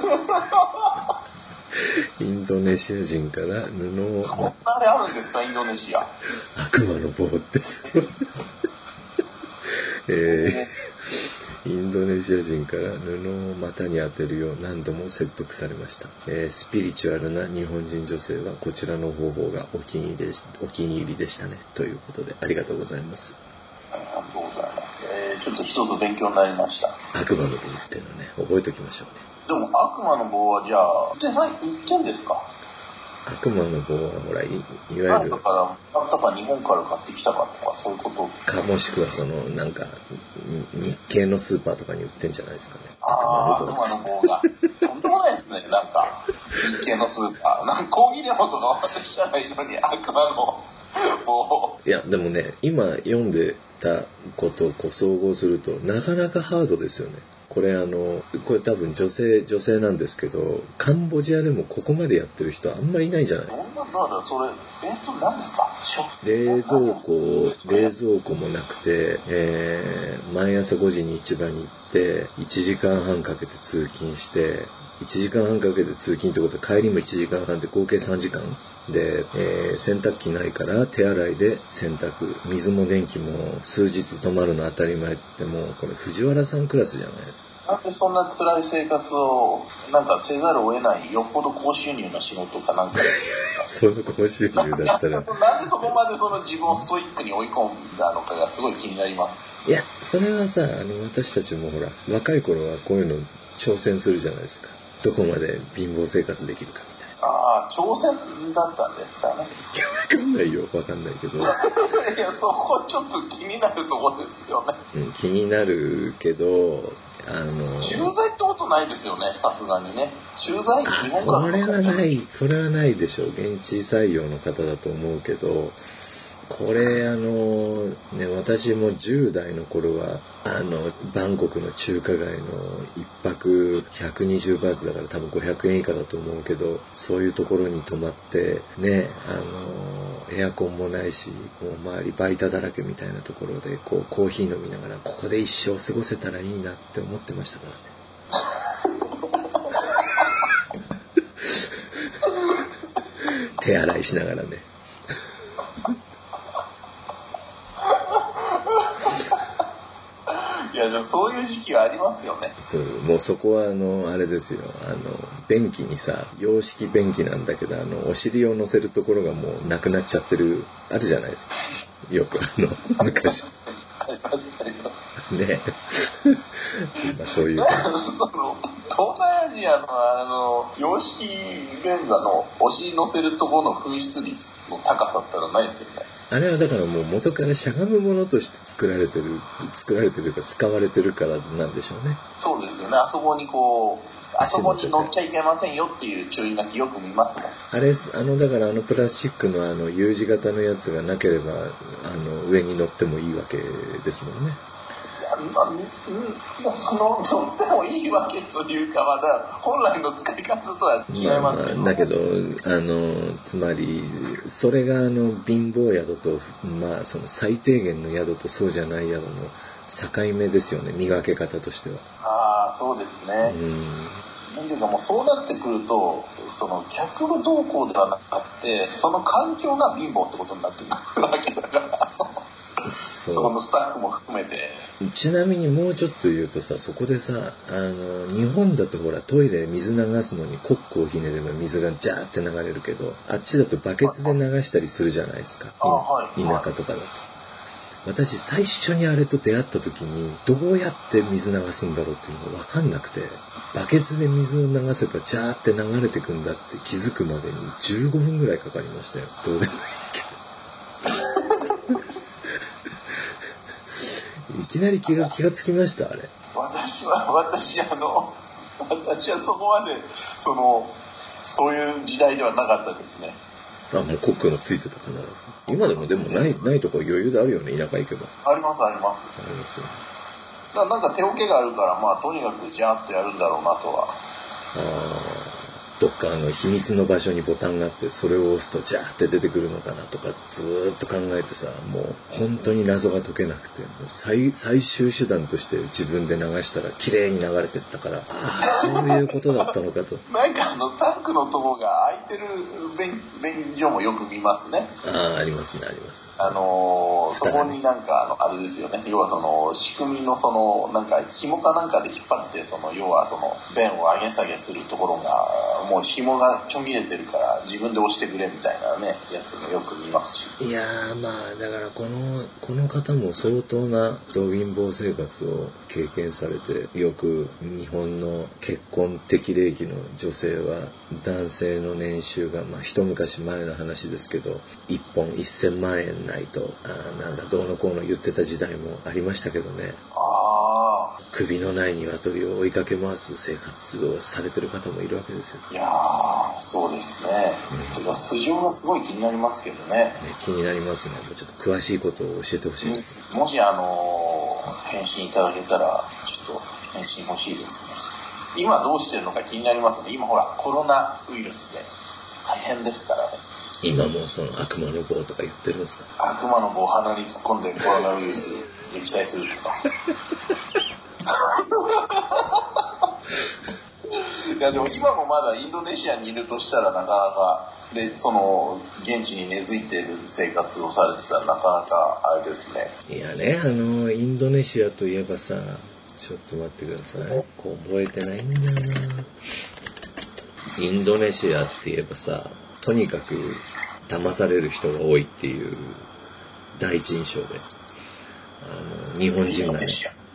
インドネシア人から布をそんなあれあるんですか、インドネシア。 悪魔の棒ってそうです、えー、インドネシア人から布を股に当てるよう何度も説得されました、えー、スピリチュアルな日本人女性はこちらの方法がお気に入りでし、お気に入りでしたねということでありがとうございます。 ー、ちょっと一つ勉強になりました。 悪魔の棒っていうのね、覚えておきましょうね。 でも悪魔の棒はじゃあ売ってない、売ってんですか？ 悪魔の棒はほら い, いわゆるだから買ったか日本から買ってきたかとかそういうことか、もしくはそのなんか日系のスーパーとかに売ってんじゃないですかね。 ああ、悪魔の棒がとんでもないですね。なんか日系のスーパーなんか抗議デモとか渡したらいいのに悪魔の棒。 いやでもね、今読んでたことをこう総合するとなかなかハードですよね。これあのこれ多分女性女性なんですけど、カンボジアでもここまでやってる人あんまりいないんじゃない？ どんなだからそれえそれ何ですか？ 冷蔵庫冷蔵庫もなくて、えー、毎朝ごじに市場に行っていちじかんはんかけて通勤して、いちじかんはんかけて通勤ってことは帰りもいちじかんはんで合計さんじかんで、えー、洗濯機ないから手洗いで洗濯、水も電気も数日止まるの当たり前って、もうこれ藤原さんクラスじゃない？ なんでそんな辛い生活をなんかせざるを得ないよっぽど高収入の仕事かなんかその高収入だったらなんでそこまでその自分をストイックに追い込んだのかがすごい気になります。 いやそれはさ、あの私たちもほら若い頃はこういうの挑戦するじゃないですか。どこまで貧乏生活できるかみたいな。 ああ、挑戦だったんですかね。 いやわかんないよ、わかんないけどいやそこちょっと気になるところですよね、 うん、気になるけど、あの駐在ってことないですよね、さすがにね。駐在あ日本からそれはないそれはないでしょう。現地採用の方だと思うけど、これあのね、私もじゅう代の頃はあのバンコクの中華街の一泊ひゃくにじゅうバーツだから多分ごひゃくえん以下だと思うけど、そういうところに泊まってね、あのエアコンもないし、もう周りバイタだらけみたいなところでこうコーヒー飲みながらここで一生過ごせたらいいなって思ってましたからね。手洗いしながらね。 いやでもそういう時期はありますよね。 そう、もうそこはあのあれですよ、あの便器にさ、洋式便器なんだけど、あのお尻を乗せるところがもうなくなっちゃってるあるじゃないですか。よくあの昔ねまあそういう感じ。 その東南アジアのあの洋式便座のお尻乗せるところの紛失率の高さったらないですよね。 あれはだからもう元からしゃがむものとして作られてる作られてるか使われてるからなんでしょうね。 そうですよね。あそこにこうあそこに乗っちゃいけませんよっていう注意書きよく見ますもん。 あれあのだからあのプラスチックのあの U 字型のやつがなければあの上に乗ってもいいわけですもんね。 いやまあ、その乗ってもいいわけというか、まだ本来の使い方とは違いますけど、 まあまあ、だけどあのつまりそれがあの貧乏宿と、まあその最低限の宿とそうじゃない宿の境目ですよね、見分け方としては。 ああそうですね。うんなんていうかもうそうなってくると、その客の動向ではなくてその環境が貧乏ってことになってくるわけだからそのそこのスタッフも含めて。 ちなみにもうちょっと言うとさ、そこでさ、あの日本だとほらトイレ水流すのにコックをひねれば水がジャーって流れるけど、あっちだとバケツで流したりするじゃないですか、 はい、 田舎とかだと。私最初にあれと出会った時にどうやって水流すんだろうっていうのが分かんなくて、バケツで水を流せばジャーって流れてくんだって気づくまでにじゅうごふんぐらいかかりましたよ。どうでもいいけどいきなり気が気がつきました。あれ私は私あの私はそこまでそのそういう時代ではなかったですね。 あ、もうコックがついてた必ず。今でもでもないないとこ余裕であるよね、田舎行けば。 ありますあります。 ありますよね。 だなんか手桶があるからまあとにかくジャーっとやるんだろうなとは。 あどっかあの秘密の場所にボタンがあってそれを押すとジャーって出てくるのかなとかずーっと考えてさ、もう本当に謎が解けなくて、もう 最, 最終手段として自分で流したら綺麗に流れてったから、ああそういうことだったのかとなんかあのタンクのとこが空いてる 便, 便所もよく見ますね。 ああありますねあります。 あのー、そこになんかあのあれですよね、要はその仕組みのそのなんか紐かなんかで引っ張ってその要はその便を上げ下げするところがもう紐がちょん切れてるから自分で押してくれみたいなねやつもよく見ますし。 いやーまあだからこのこの方も相当な貧乏生活を経験されて、よく日本の結婚適齢期の女性は男性の年収がまあ一昔前の話ですけど一本いっせんまんえんないとあなんだどうのこうの言ってた時代もありましたけどね。 ああ。 首のない鶏を追いかけ回す生活をされてる方もいるわけですよ。 いやーそうですね。うん、てか素性がすごい気になりますけどね。ね気になりますね。もうちょっと詳しいことを教えてほしいです、 ね。もしあのー、返信いただけたらちょっと返信欲しいですね。今どうしてるのか気になりますね。今ほらコロナウイルスで大変ですからね。 今もその悪魔の棒とか言ってるんですか？ 悪魔の棒を鼻に突っ込んでコロナウイルス撃退するとか。いやでも今もまだインドネシアにいるとしたらなかなかでその現地に根付いている生活をされてたらなかなかあれですね。 いやね、あのインドネシアといえばさ、ちょっと待ってください。覚えてないんだよな。インドネシアって言えばさ、とにかく騙される人が多いっていう第一印象で、あの日本人がね。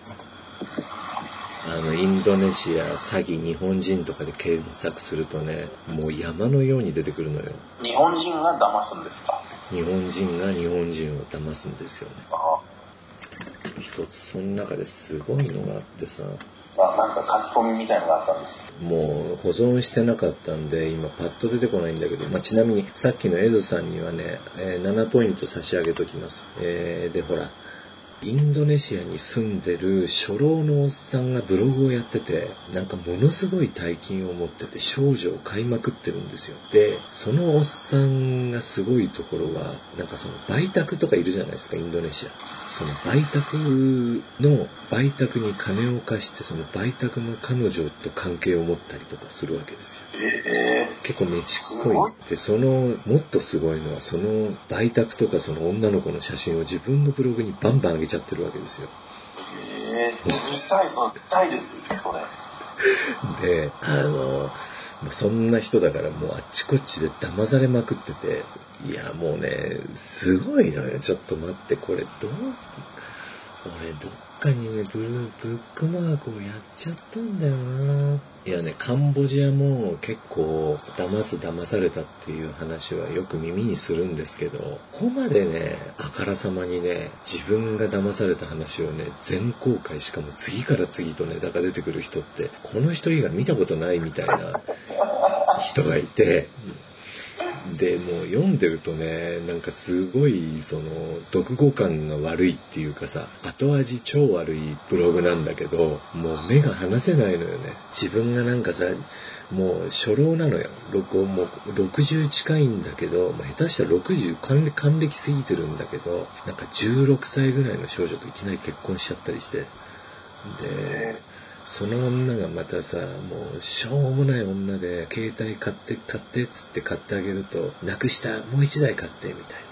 あのインドネシア詐欺日本人とかで検索するとね、もう山のように出てくるのよ。 日本人が騙すんですか？ 日本人が日本人を騙すんですよね。 ああ。 一つその中ですごいのがあってさ、 あ、なんか書き込みみたいのがあったんですか？ もう保存してなかったんで今パッと出てこないんだけど、まあ、ちなみにさっきのエズさんにはね、えー、ななポイント差し上げときます。えー、でほらインドネシアに住んでる初老のおっさんがブログをやってて、なんかものすごい大金を持ってて少女を買いまくってるんですよ。で、そのおっさんがすごいところは、なんかその売却とかいるじゃないですか、インドネシア。その売却の、売却に金を貸して、その売却の彼女と関係を持ったりとかするわけですよ。 えー、 結構ねちっこい。で、その、もっとすごいのは、その売却とかその女の子の写真を自分のブログにバンバン上げちゃってるわけですよ。 えー、見たい、そ見たいですよ、それ。 で、あの、そんな人だからもうあっちこっちで騙されまくってて、いやもうね、すごいのよ。ちょっと待って、これどう、俺どっかにね、ブルー、ブックマークをやっちゃったんだよな。いやね、カンボジアも結構騙す騙されたっていう話はよく耳にするんですけど、ここまでね、あからさまにね、自分が騙された話をね、全公開、しかも次から次とネタが出てくる人って、この人以外見たことないみたいな人がいて、でもう読んでるとね、なんかすごいその読後感が悪いっていうかさ、後味超悪いブログなんだけど、もう目が離せないのよね。自分がなんかさ、もう初老なのよ。もうろくじゅう近いんだけど、まあ、下手したらろくじゅう還暦、還暦過ぎてるんだけど、なんかじゅうろくさいぐらいの少女といきなり結婚しちゃったりして、でその女がまたさ、もうしょうもない女で、携帯買って買ってっつって買ってあげると、なくしたもう一台買ってみたい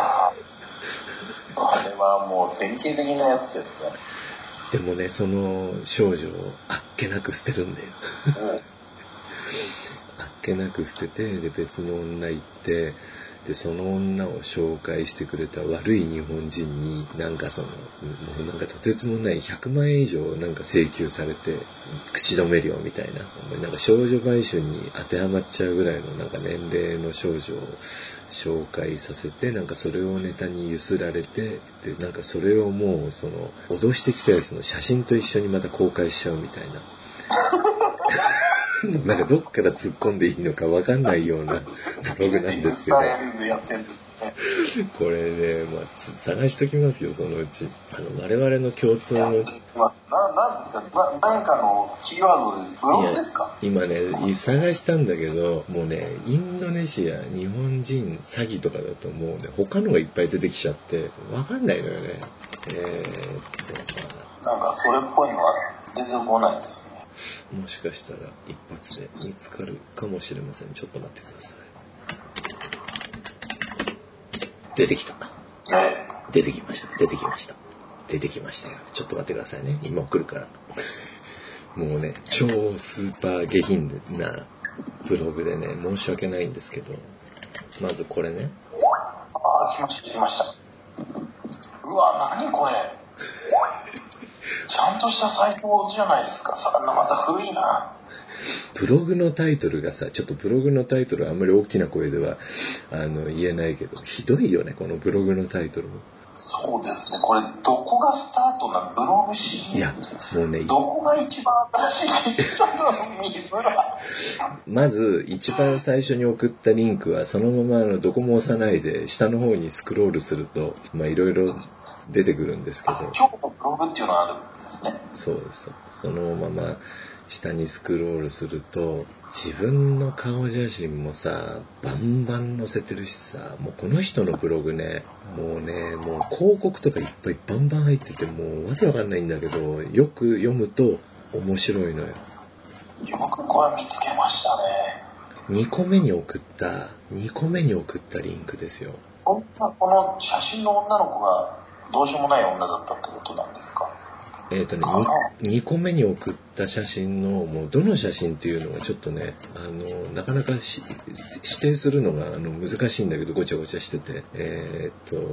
な。あれはもう典型的なやつですね。 でもね、その少女をあっけなく捨てるんだよ。あっけなく捨てて、で別の女行って、でその女を紹介してくれた悪い日本人になんかそのもうなんかとてつもないひゃくまんえん以上なんか請求されて口止め料みたいな、なんか少女売春に当てはまっちゃうぐらいのなんか年齢の少女を紹介させて、なんかそれをネタにゆすられて、でなんかそれをもうその脅してきたやつの写真と一緒にまた公開しちゃうみたいな。なんかどっから突っ込んでいいのか分かんないようなブログなんですけど、これね、まあ、探しときますよ、そのうち。あの我々の共通のな、なんですかな、何かのキーワードでブログですか？ 今ね探したんだけど、もうねインドネシア日本人詐欺とかだともうね他のがいっぱい出てきちゃって分かんないのよね。えー、っとなんかそれっぽいのは出てこないですね。 もしかしたら一発で見つかるかもしれません。ちょっと待ってください。出てきた。出てきました。出てきました。出てきましたよ。ちょっと待ってくださいね。今送るから。もうね、超スーパー下品なブログでね、申し訳ないんですけど、まずこれね。 あ、来ました、来ました。うわ、何これ。ちゃんとしたサイトじゃないですか。さ、また古いな。 ブログのタイトルがさ、ちょっとブログのタイトルあんまり大きな声ではあの言えないけど、ひどいよね、このブログのタイトルも。 そうですね、これどこがスタートなブログシリーズ。いや、 もうね、 どこが一番新しいって言ったの見づら。 まず一番最初に送ったリンクはそのままのどこも押さないで下の方にスクロールすると、まあいろいろ出てくるんですけど。 今日のブログっていうのがあるんですね。 そうです。そのまま下にスクロールすると、自分の顔写真もさ、バンバン載せてるしさ、もうこの人のブログね、もうね、もう広告とかいっぱいバンバン入ってて、もうわけわかんないんだけど、よく読むと面白いのよ。 よくこれ見つけましたね。 にこめに送った、にこめに送ったリンクですよ。 この写真の女の子がどうしようもない女だったってことなんですか？ えっとね、に, にこめに送った写真の、もうどの写真っていうのがちょっとね、あの、なかなかし指定するのがあの難しいんだけど、ごちゃごちゃしてて、えっと、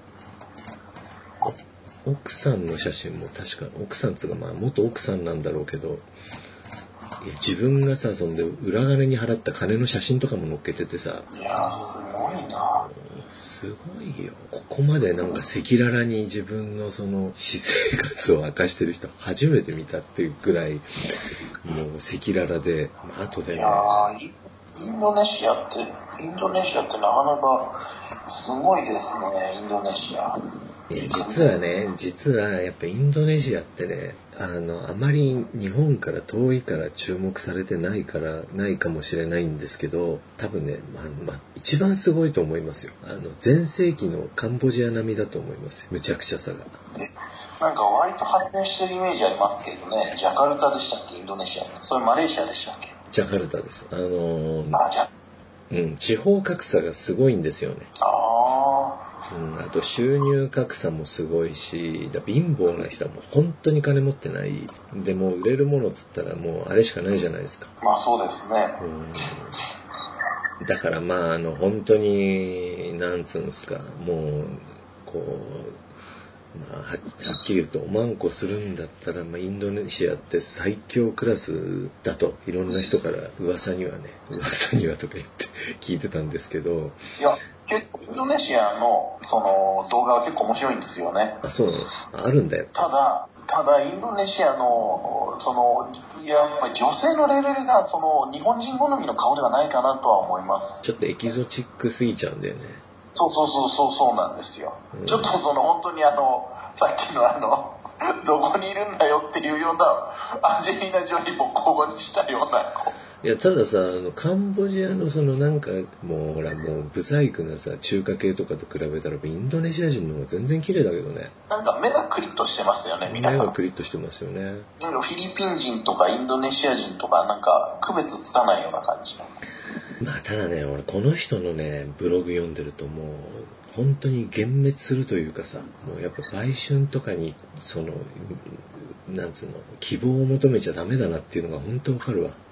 奥さんの写真も確か、奥さんつうかまあ元奥さんなんだろうけど、いや自分がさ、そんで裏金に払った金の写真とかも載っけててさ、 いやすごいな。 すごいよ。ここまでなんか赤裸々に自分のその私生活を明かしてる人初めて見たっていうぐらい、もう赤裸々で、まあ後でね。 いやインドネシアって、インドネシアってなかなかすごいですね、インドネシア。 いや、実はね、実はやっぱインドネシアってね、あの、あまり日本から遠いから注目されてないから、ないかもしれないんですけど、多分ね、まあ、まあ、一番すごいと思いますよ。あの、前世紀のカンボジア並みだと思いますよ。むちゃくちゃさが。 なんか割と発展してるイメージありますけどね、ジャカルタでしたっけ、インドネシア。それマレーシアでしたっけ？ ジャカルタです。あのー、 あ、じゃうん、地方格差がすごいんですよね。 あうん、あと収入格差もすごいし、だ貧乏な人はもう本当に金持ってない。でも売れるものっつったらもうあれしかないじゃないですか。 まあそうですね。 うん、だからまああの本当になんつうんですか、もうこう、まあ、は, はっきり言うとおまんこするんだったら、まあ、インドネシアって最強クラスだといろんな人から噂にはね、噂にはとか言って聞いてたんですけど。 いや結構インドネシアのその動画は結構面白いんですよね。 あ、そうなんです。あるんだよ。 ただ、ただインドネシアのそのやっぱり女性のレベルがその日本人好みの顔ではないかなとは思います。 ちょっとエキゾチックすぎちゃうんだよね。 そうそうそうそうそうなんですよ。 うん、 ちょっとその本当にあのさっきのあのどこにいるんだよっていうようなアンジェリーナ・ジョリーボコボコにしたような。 いや、たださ、あの、カンボジアのそのなんか、もうほら、もう、ブサイクなさ、中華系とかと比べたら、インドネシア人の方が全然綺麗だけどね。 なんか目がクリッとしてますよね、皆さん。 目がクリッとしてますよね。 なんかフィリピン人とかインドネシア人とか、なんか区別つかないような感じ。 まあ、ただね、俺、この人のね、ブログ読んでるともう、本当に幻滅するというかさ、もうやっぱ売春とかに、その、なんつうの、希望を求めちゃダメだなっていうのが本当わかるわ。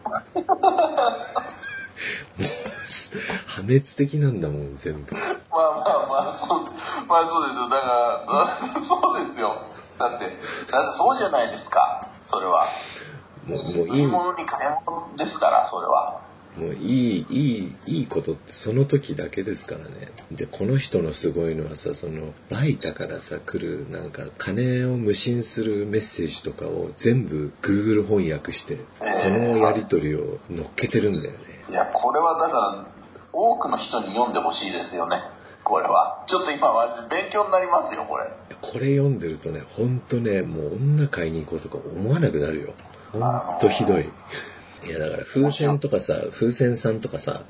破滅的なんだもん、全部。 まあまあまあ、そう、まあそうですよ。だから、そうですよ。だって、だってそうじゃないですか、それは。 もう、もういい。 売り物に買い物ですから、それは。 もういい、いい、いいことってその時だけですからね。で、この人のすごいのはさ、その、バイタからさ、来る、なんか、金を無心するメッセージとかを全部 Google 翻訳して、そのやり取りを乗っけてるんだよね。 いや、これはだから、多くの人に読んでほしいですよね。これは。ちょっと今、マジ勉強になりますよ、これ。 これ読んでるとね、ほんとね、もう女買いに行こうとか思わなくなるよ。ほんとひどい。いやだから風船とかさ、風船さんとかさ、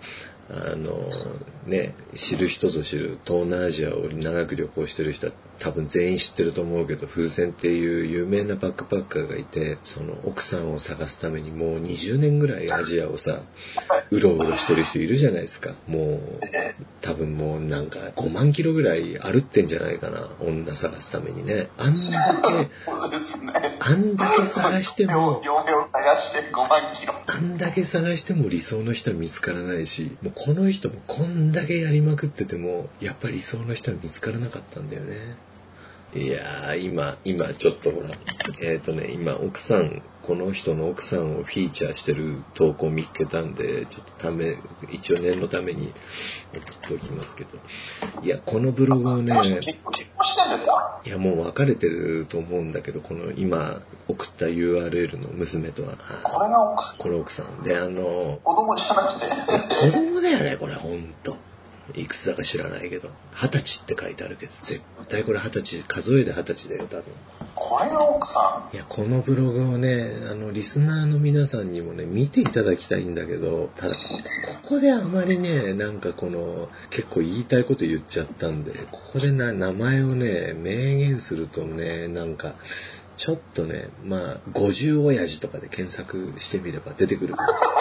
あのね、知る人ぞ知る東南アジアを長く旅行してる人は多分全員知ってると思うけど、風船っていう有名なバックパッカーがいて、その奥さんを探すためにもうにじゅうねんぐらいアジアをさうろうろしてる人いるじゃないですか。もう多分もうなんかごまんキロぐらい歩ってんじゃないかな、女探すためにね。あんだけあんだけ探しても嫁を探してごまんキロ、 あんだけ探しても理想の人は見つからないし、もうこの人もこんだけやりまくっててもやっぱり理想の人は見つからなかったんだよね。いやー、今今ちょっとほらえっとね今奥さんこの人の奥さんをフィーチャーしてる投稿を見つけたんで、ちょっとため一応念のために送っておきますけど、いやこのブログをね、 結婚したんですか？ いやもう別れてると思うんだけど、この今送った ユーアールエル の娘とは、 これが奥さん、 これ奥さんで、あの子供じゃなくて子供だよねこれ、ほんといくつだか知らないけど二十歳って書いてあるけど、絶対これ二十歳、数えで二十歳だよ多分。 これが奥さん。 いやこのブログをね、あのリスナーの皆さんにもね見ていただきたいんだけど、ただここここであまりね、なんかこの結構言いたいこと言っちゃったんで、ここでな名前をね明言するとね、なんかちょっとね、まあごじゅう親父とかで検索してみれば出てくるかもしれない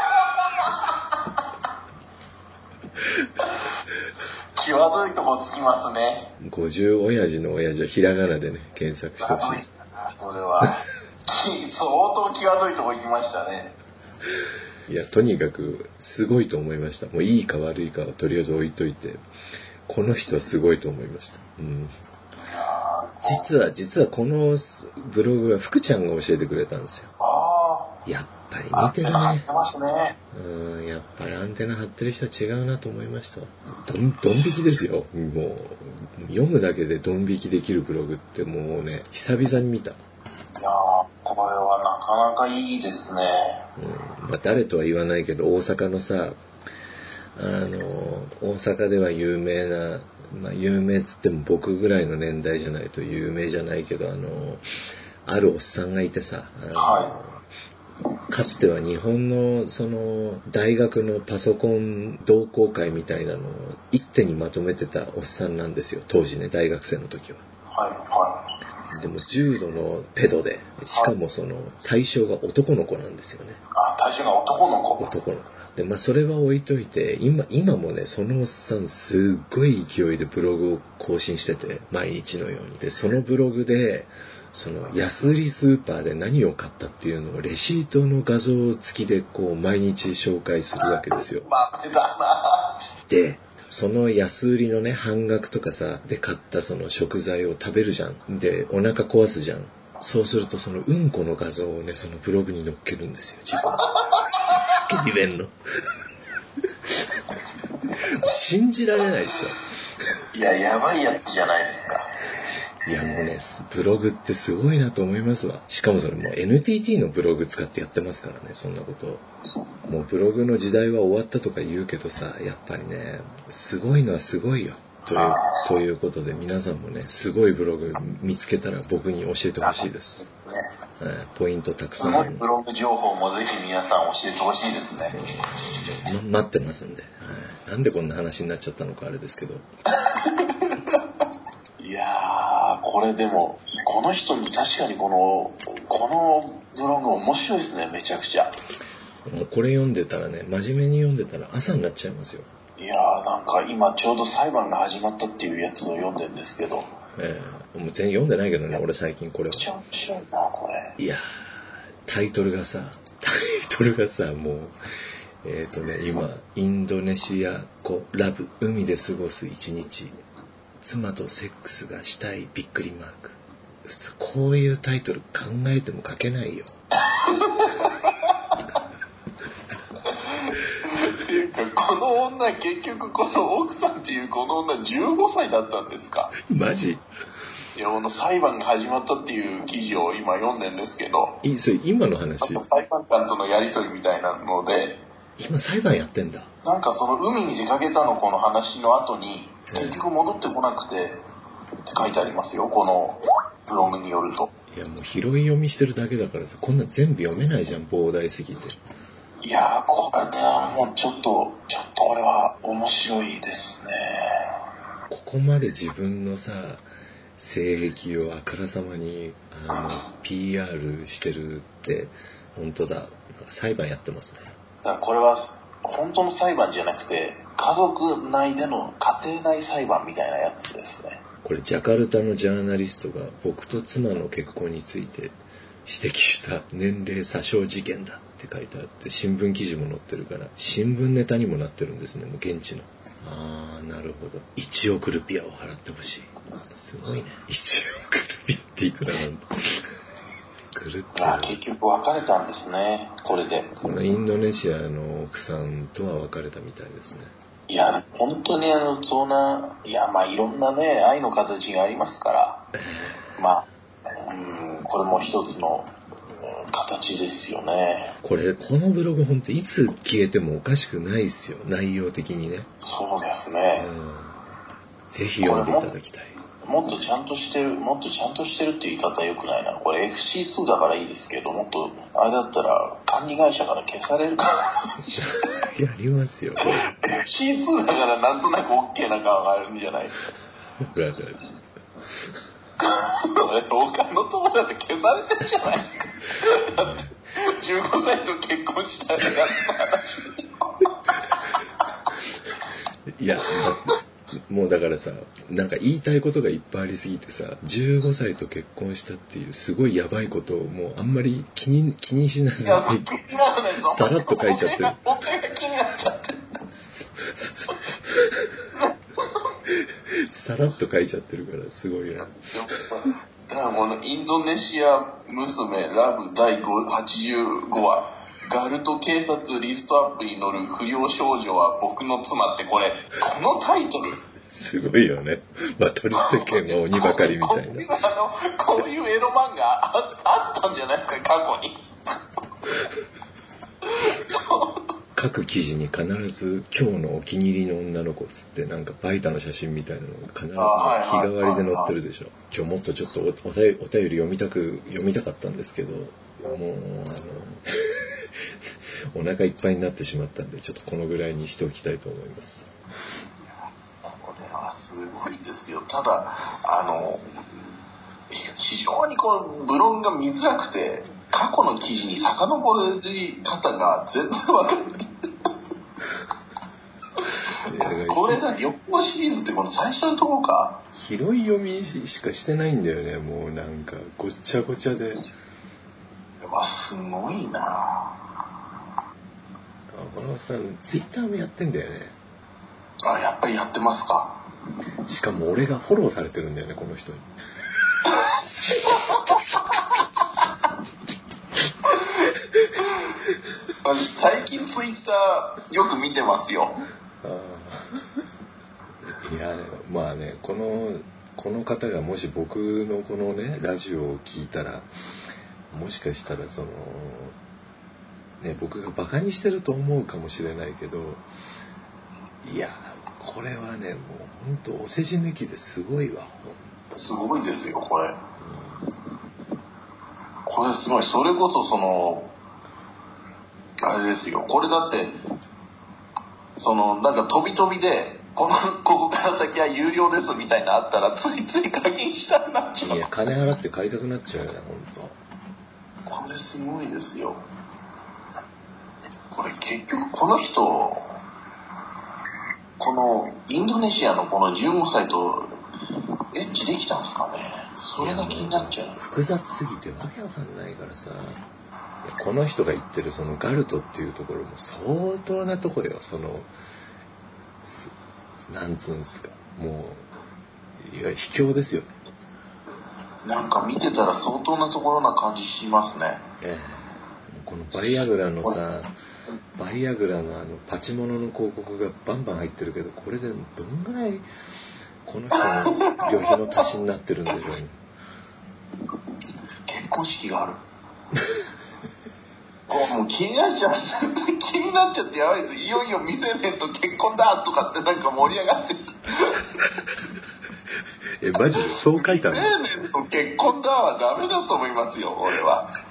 際どいとこつきますね。 ごじゅう親父の親父をひらがなでね検索してほしいです。 それは相当際どいとこ行きましたね。 いやとにかくすごいと思いました。もういいか悪いかはとりあえず置いといて、この人はすごいと思いました。うん、実は実はこのブログは福ちゃんが教えてくれたんですよ。 ああ、やっぱり見てるね。 張ってますね。 うん、やっぱりアンテナ張ってる人は違うなと思いました。どんドン引きですよ。もう読むだけでドン引きできるブログってもうね久々に見た。 いやー、これはなかなかいいですね。 うん、まあ、誰とは言わないけど大阪のさ、あの大阪では有名な、まあ、有名っつっても僕ぐらいの年代じゃないと有名じゃないけど、あのあるおっさんがいてさ、あの、はい、かつては日本のその大学のパソコン同好会みたいなのを一手にまとめてたおっさんなんですよ、当時ね、大学生の時は。 はいはい。 でも重度のペドで、しかもその対象が男の子なんですよね。 あ、対象が男の子。 男の子。で、まあそれは置いといて、今今もねそのおっさんすっごい勢いでブログを更新してて、毎日のように。でそのブログでその安売りスーパーで何を買ったっていうのをレシートの画像付きでこう毎日紹介するわけですよ。 豆だな。 でその安売りのね半額とかさで買ったその食材を食べるじゃん。でお腹壊すじゃん。そうするとそのうんこの画像をねそのブログに載っけるんですよ、自分。ゲリ弁の信じられないでしょ。いや、やばいやつじゃないですか。 いやもうねブログってすごいなと思いますわ。しかもそれもう エヌティーティー のブログ使ってやってますからね、そんなこと。もうブログの時代は終わったとか言うけどさ、やっぱりねすごいのはすごいよというということで、皆さんもねすごいブログ見つけたら僕に教えてほしいです、ね、はい、ポイントたくさん。 すごいブログ情報もぜひ皆さん教えてほしいですね、 うん、ま、待ってますんで、はい、なんでこんな話になっちゃったのかあれですけどいやー、これでもこの人に確かにこのこのブログ面白いですね、めちゃくちゃ。 もうこれ読んでたらね、真面目に読んでたら朝になっちゃいますよ。 いやー、なんか今ちょうど裁判が始まったっていうやつを読んでるんですけど、 えー、もう全然読んでないけどね、俺最近これは。めちゃ面白いなこれ。 いやー、タイトルがさタイトルがさもうえっとね今インドネシア語ラブ、海で過ごす一日、妻とセックスがしたいびっくりマーク。普通こういうタイトル考えても書けないよっていうか、この女結局この奥さんっていうこの女じゅうごさいだったんですか？ マジ？ いや、この裁判が始まったっていう記事を今読んでんですけど、 いそれ今の話？ 裁判官とのやり取りみたいなので、 今裁判やってんだ。 なんかその海に出かけたのこの話の後に結局戻ってこなくてって書いてありますよ、このブログによると。 いやもう拾い読みしてるだけだからさ、こんな全部読めないじゃん、膨大すぎて。 いやー、これはもうちょっと、ちょっとこれは面白いですね。 ここまで自分のさ、性癖をあからさまにあの ピーアール してるって本当だ。なんか裁判やってますね。 だからこれは本当の裁判じゃなくて家族内での家庭内裁判みたいなやつですね。 これジャカルタのジャーナリストが僕と妻の結婚について指摘した年齢詐称事件だって書いてあって、新聞記事も載ってるから新聞ネタにもなってるんですね。もう現地の。あー、なるほど。いちおくルピアを払ってほしい。すごいね。いちおくルピアっていくらなんだ。狂ってる。 あ、結局別れたんですね、これで。 このインドネシアの奥さんとは別れたみたいですね。 いや、本当にあの、そんな、いや、まあいろんなね、愛の形がありますから、まあ、うん、これも一つの、うん、形ですよね。 これ、このブログ本当いつ消えてもおかしくないですよ、内容的にね。 そうですね。 うん、ぜひ読んでいただきたい。 もっとちゃんとしてる、もっとちゃんとしてるっていう言い方は良くないな。これ エフシーツー だからいいですけど、もっと、あれだったら管理会社から消されるかやりますよ、これ。 エフシーツー だからなんとなく OK な感があるんじゃないですか。 わかる。 他の友達消されてるじゃないですか。だってじゅうごさいと結婚したやつの話。 いや、もうだからさ、なんか言いたいことがいっぱいありすぎてさ、じゅうごさいと結婚したっていうすごいやばいことをもうあんまり気に気にしなずにさらっと書いちゃってる。 僕が気になっちゃってる。 さらっと書いちゃってるからすごいな。 だからこのインドネシア娘ラブだいはちじゅうごわ、ガルト警察リストアップに乗る不良少女は僕の妻って、これこのタイトルすごいよね。渡る世間は鬼ばかりみたいな。 こういうあのこういうエロ漫画 あ, あったんじゃないですか、過去に。 各記事に必ず今日のお気に入りの女の子っつってなんかバイタの写真みたいなのが必ず日替わりで載ってるでしょ。今日もっとちょっと お, お, 便りお便り読みたく読みたかったんですけど、もうあのお腹いっぱいになってしまったんでちょっとこのぐらいにしておきたいと思います。 これはすごいですよ。ただあの非常にこうブログが見づらくて過去の記事に遡る方が全然わかんない。これだ、旅行シリーズってこの最初のところか。 広い読みしかしてないんだよね。もうなんかごっちゃごちゃで。 わ、すごいな。 あ、このさんツイッターもやってんだよね。 あ、やっぱりやってますか。 しかも俺がフォローされてるんだよね、この人に。 最近ツイッターよく見てますよ。 あ、いや、まあね、このこの方がもし僕のこのねラジオを聞いたら、もしかしたらそのね、僕がバカにしてると思うかもしれないけど、いやこれはね、もう本当お世辞抜きですごいわ。 すごいですよこれ、うん、これすごい。それこそそのあれですよ、これだってそのなんか飛び飛びでこのここから先は有料ですみたいなあったらついつい課金したくなっちゃう。 いや、金払って買いたくなっちゃうよね、本当。これすごいですよ。これ結局この人、このインドネシアのこのじゅうごさいとエッチできたんですかね。それが気になっちゃう。 複雑すぎてわけわかんないからさ。いや、この人が言ってるそのガルトっていうところも相当なとこよ。そのなんつうんですか、もういや卑怯ですよね。 なんか見てたら相当なところな感じしますね。 ええ、このバイアグラのさ、バイアグラのあのパチモノの広告がバンバン入ってるけど、これでどんぐらいこの人の旅費の足しになってるんでしょうね。 結婚式がある。もう気になっちゃって気になっちゃってやばいです。いよいよ未成年と結婚だとかってなんか盛り上がってる。 え、マジでそう書いてあるの？ 未成年と結婚だはダメだと思いますよ、俺は。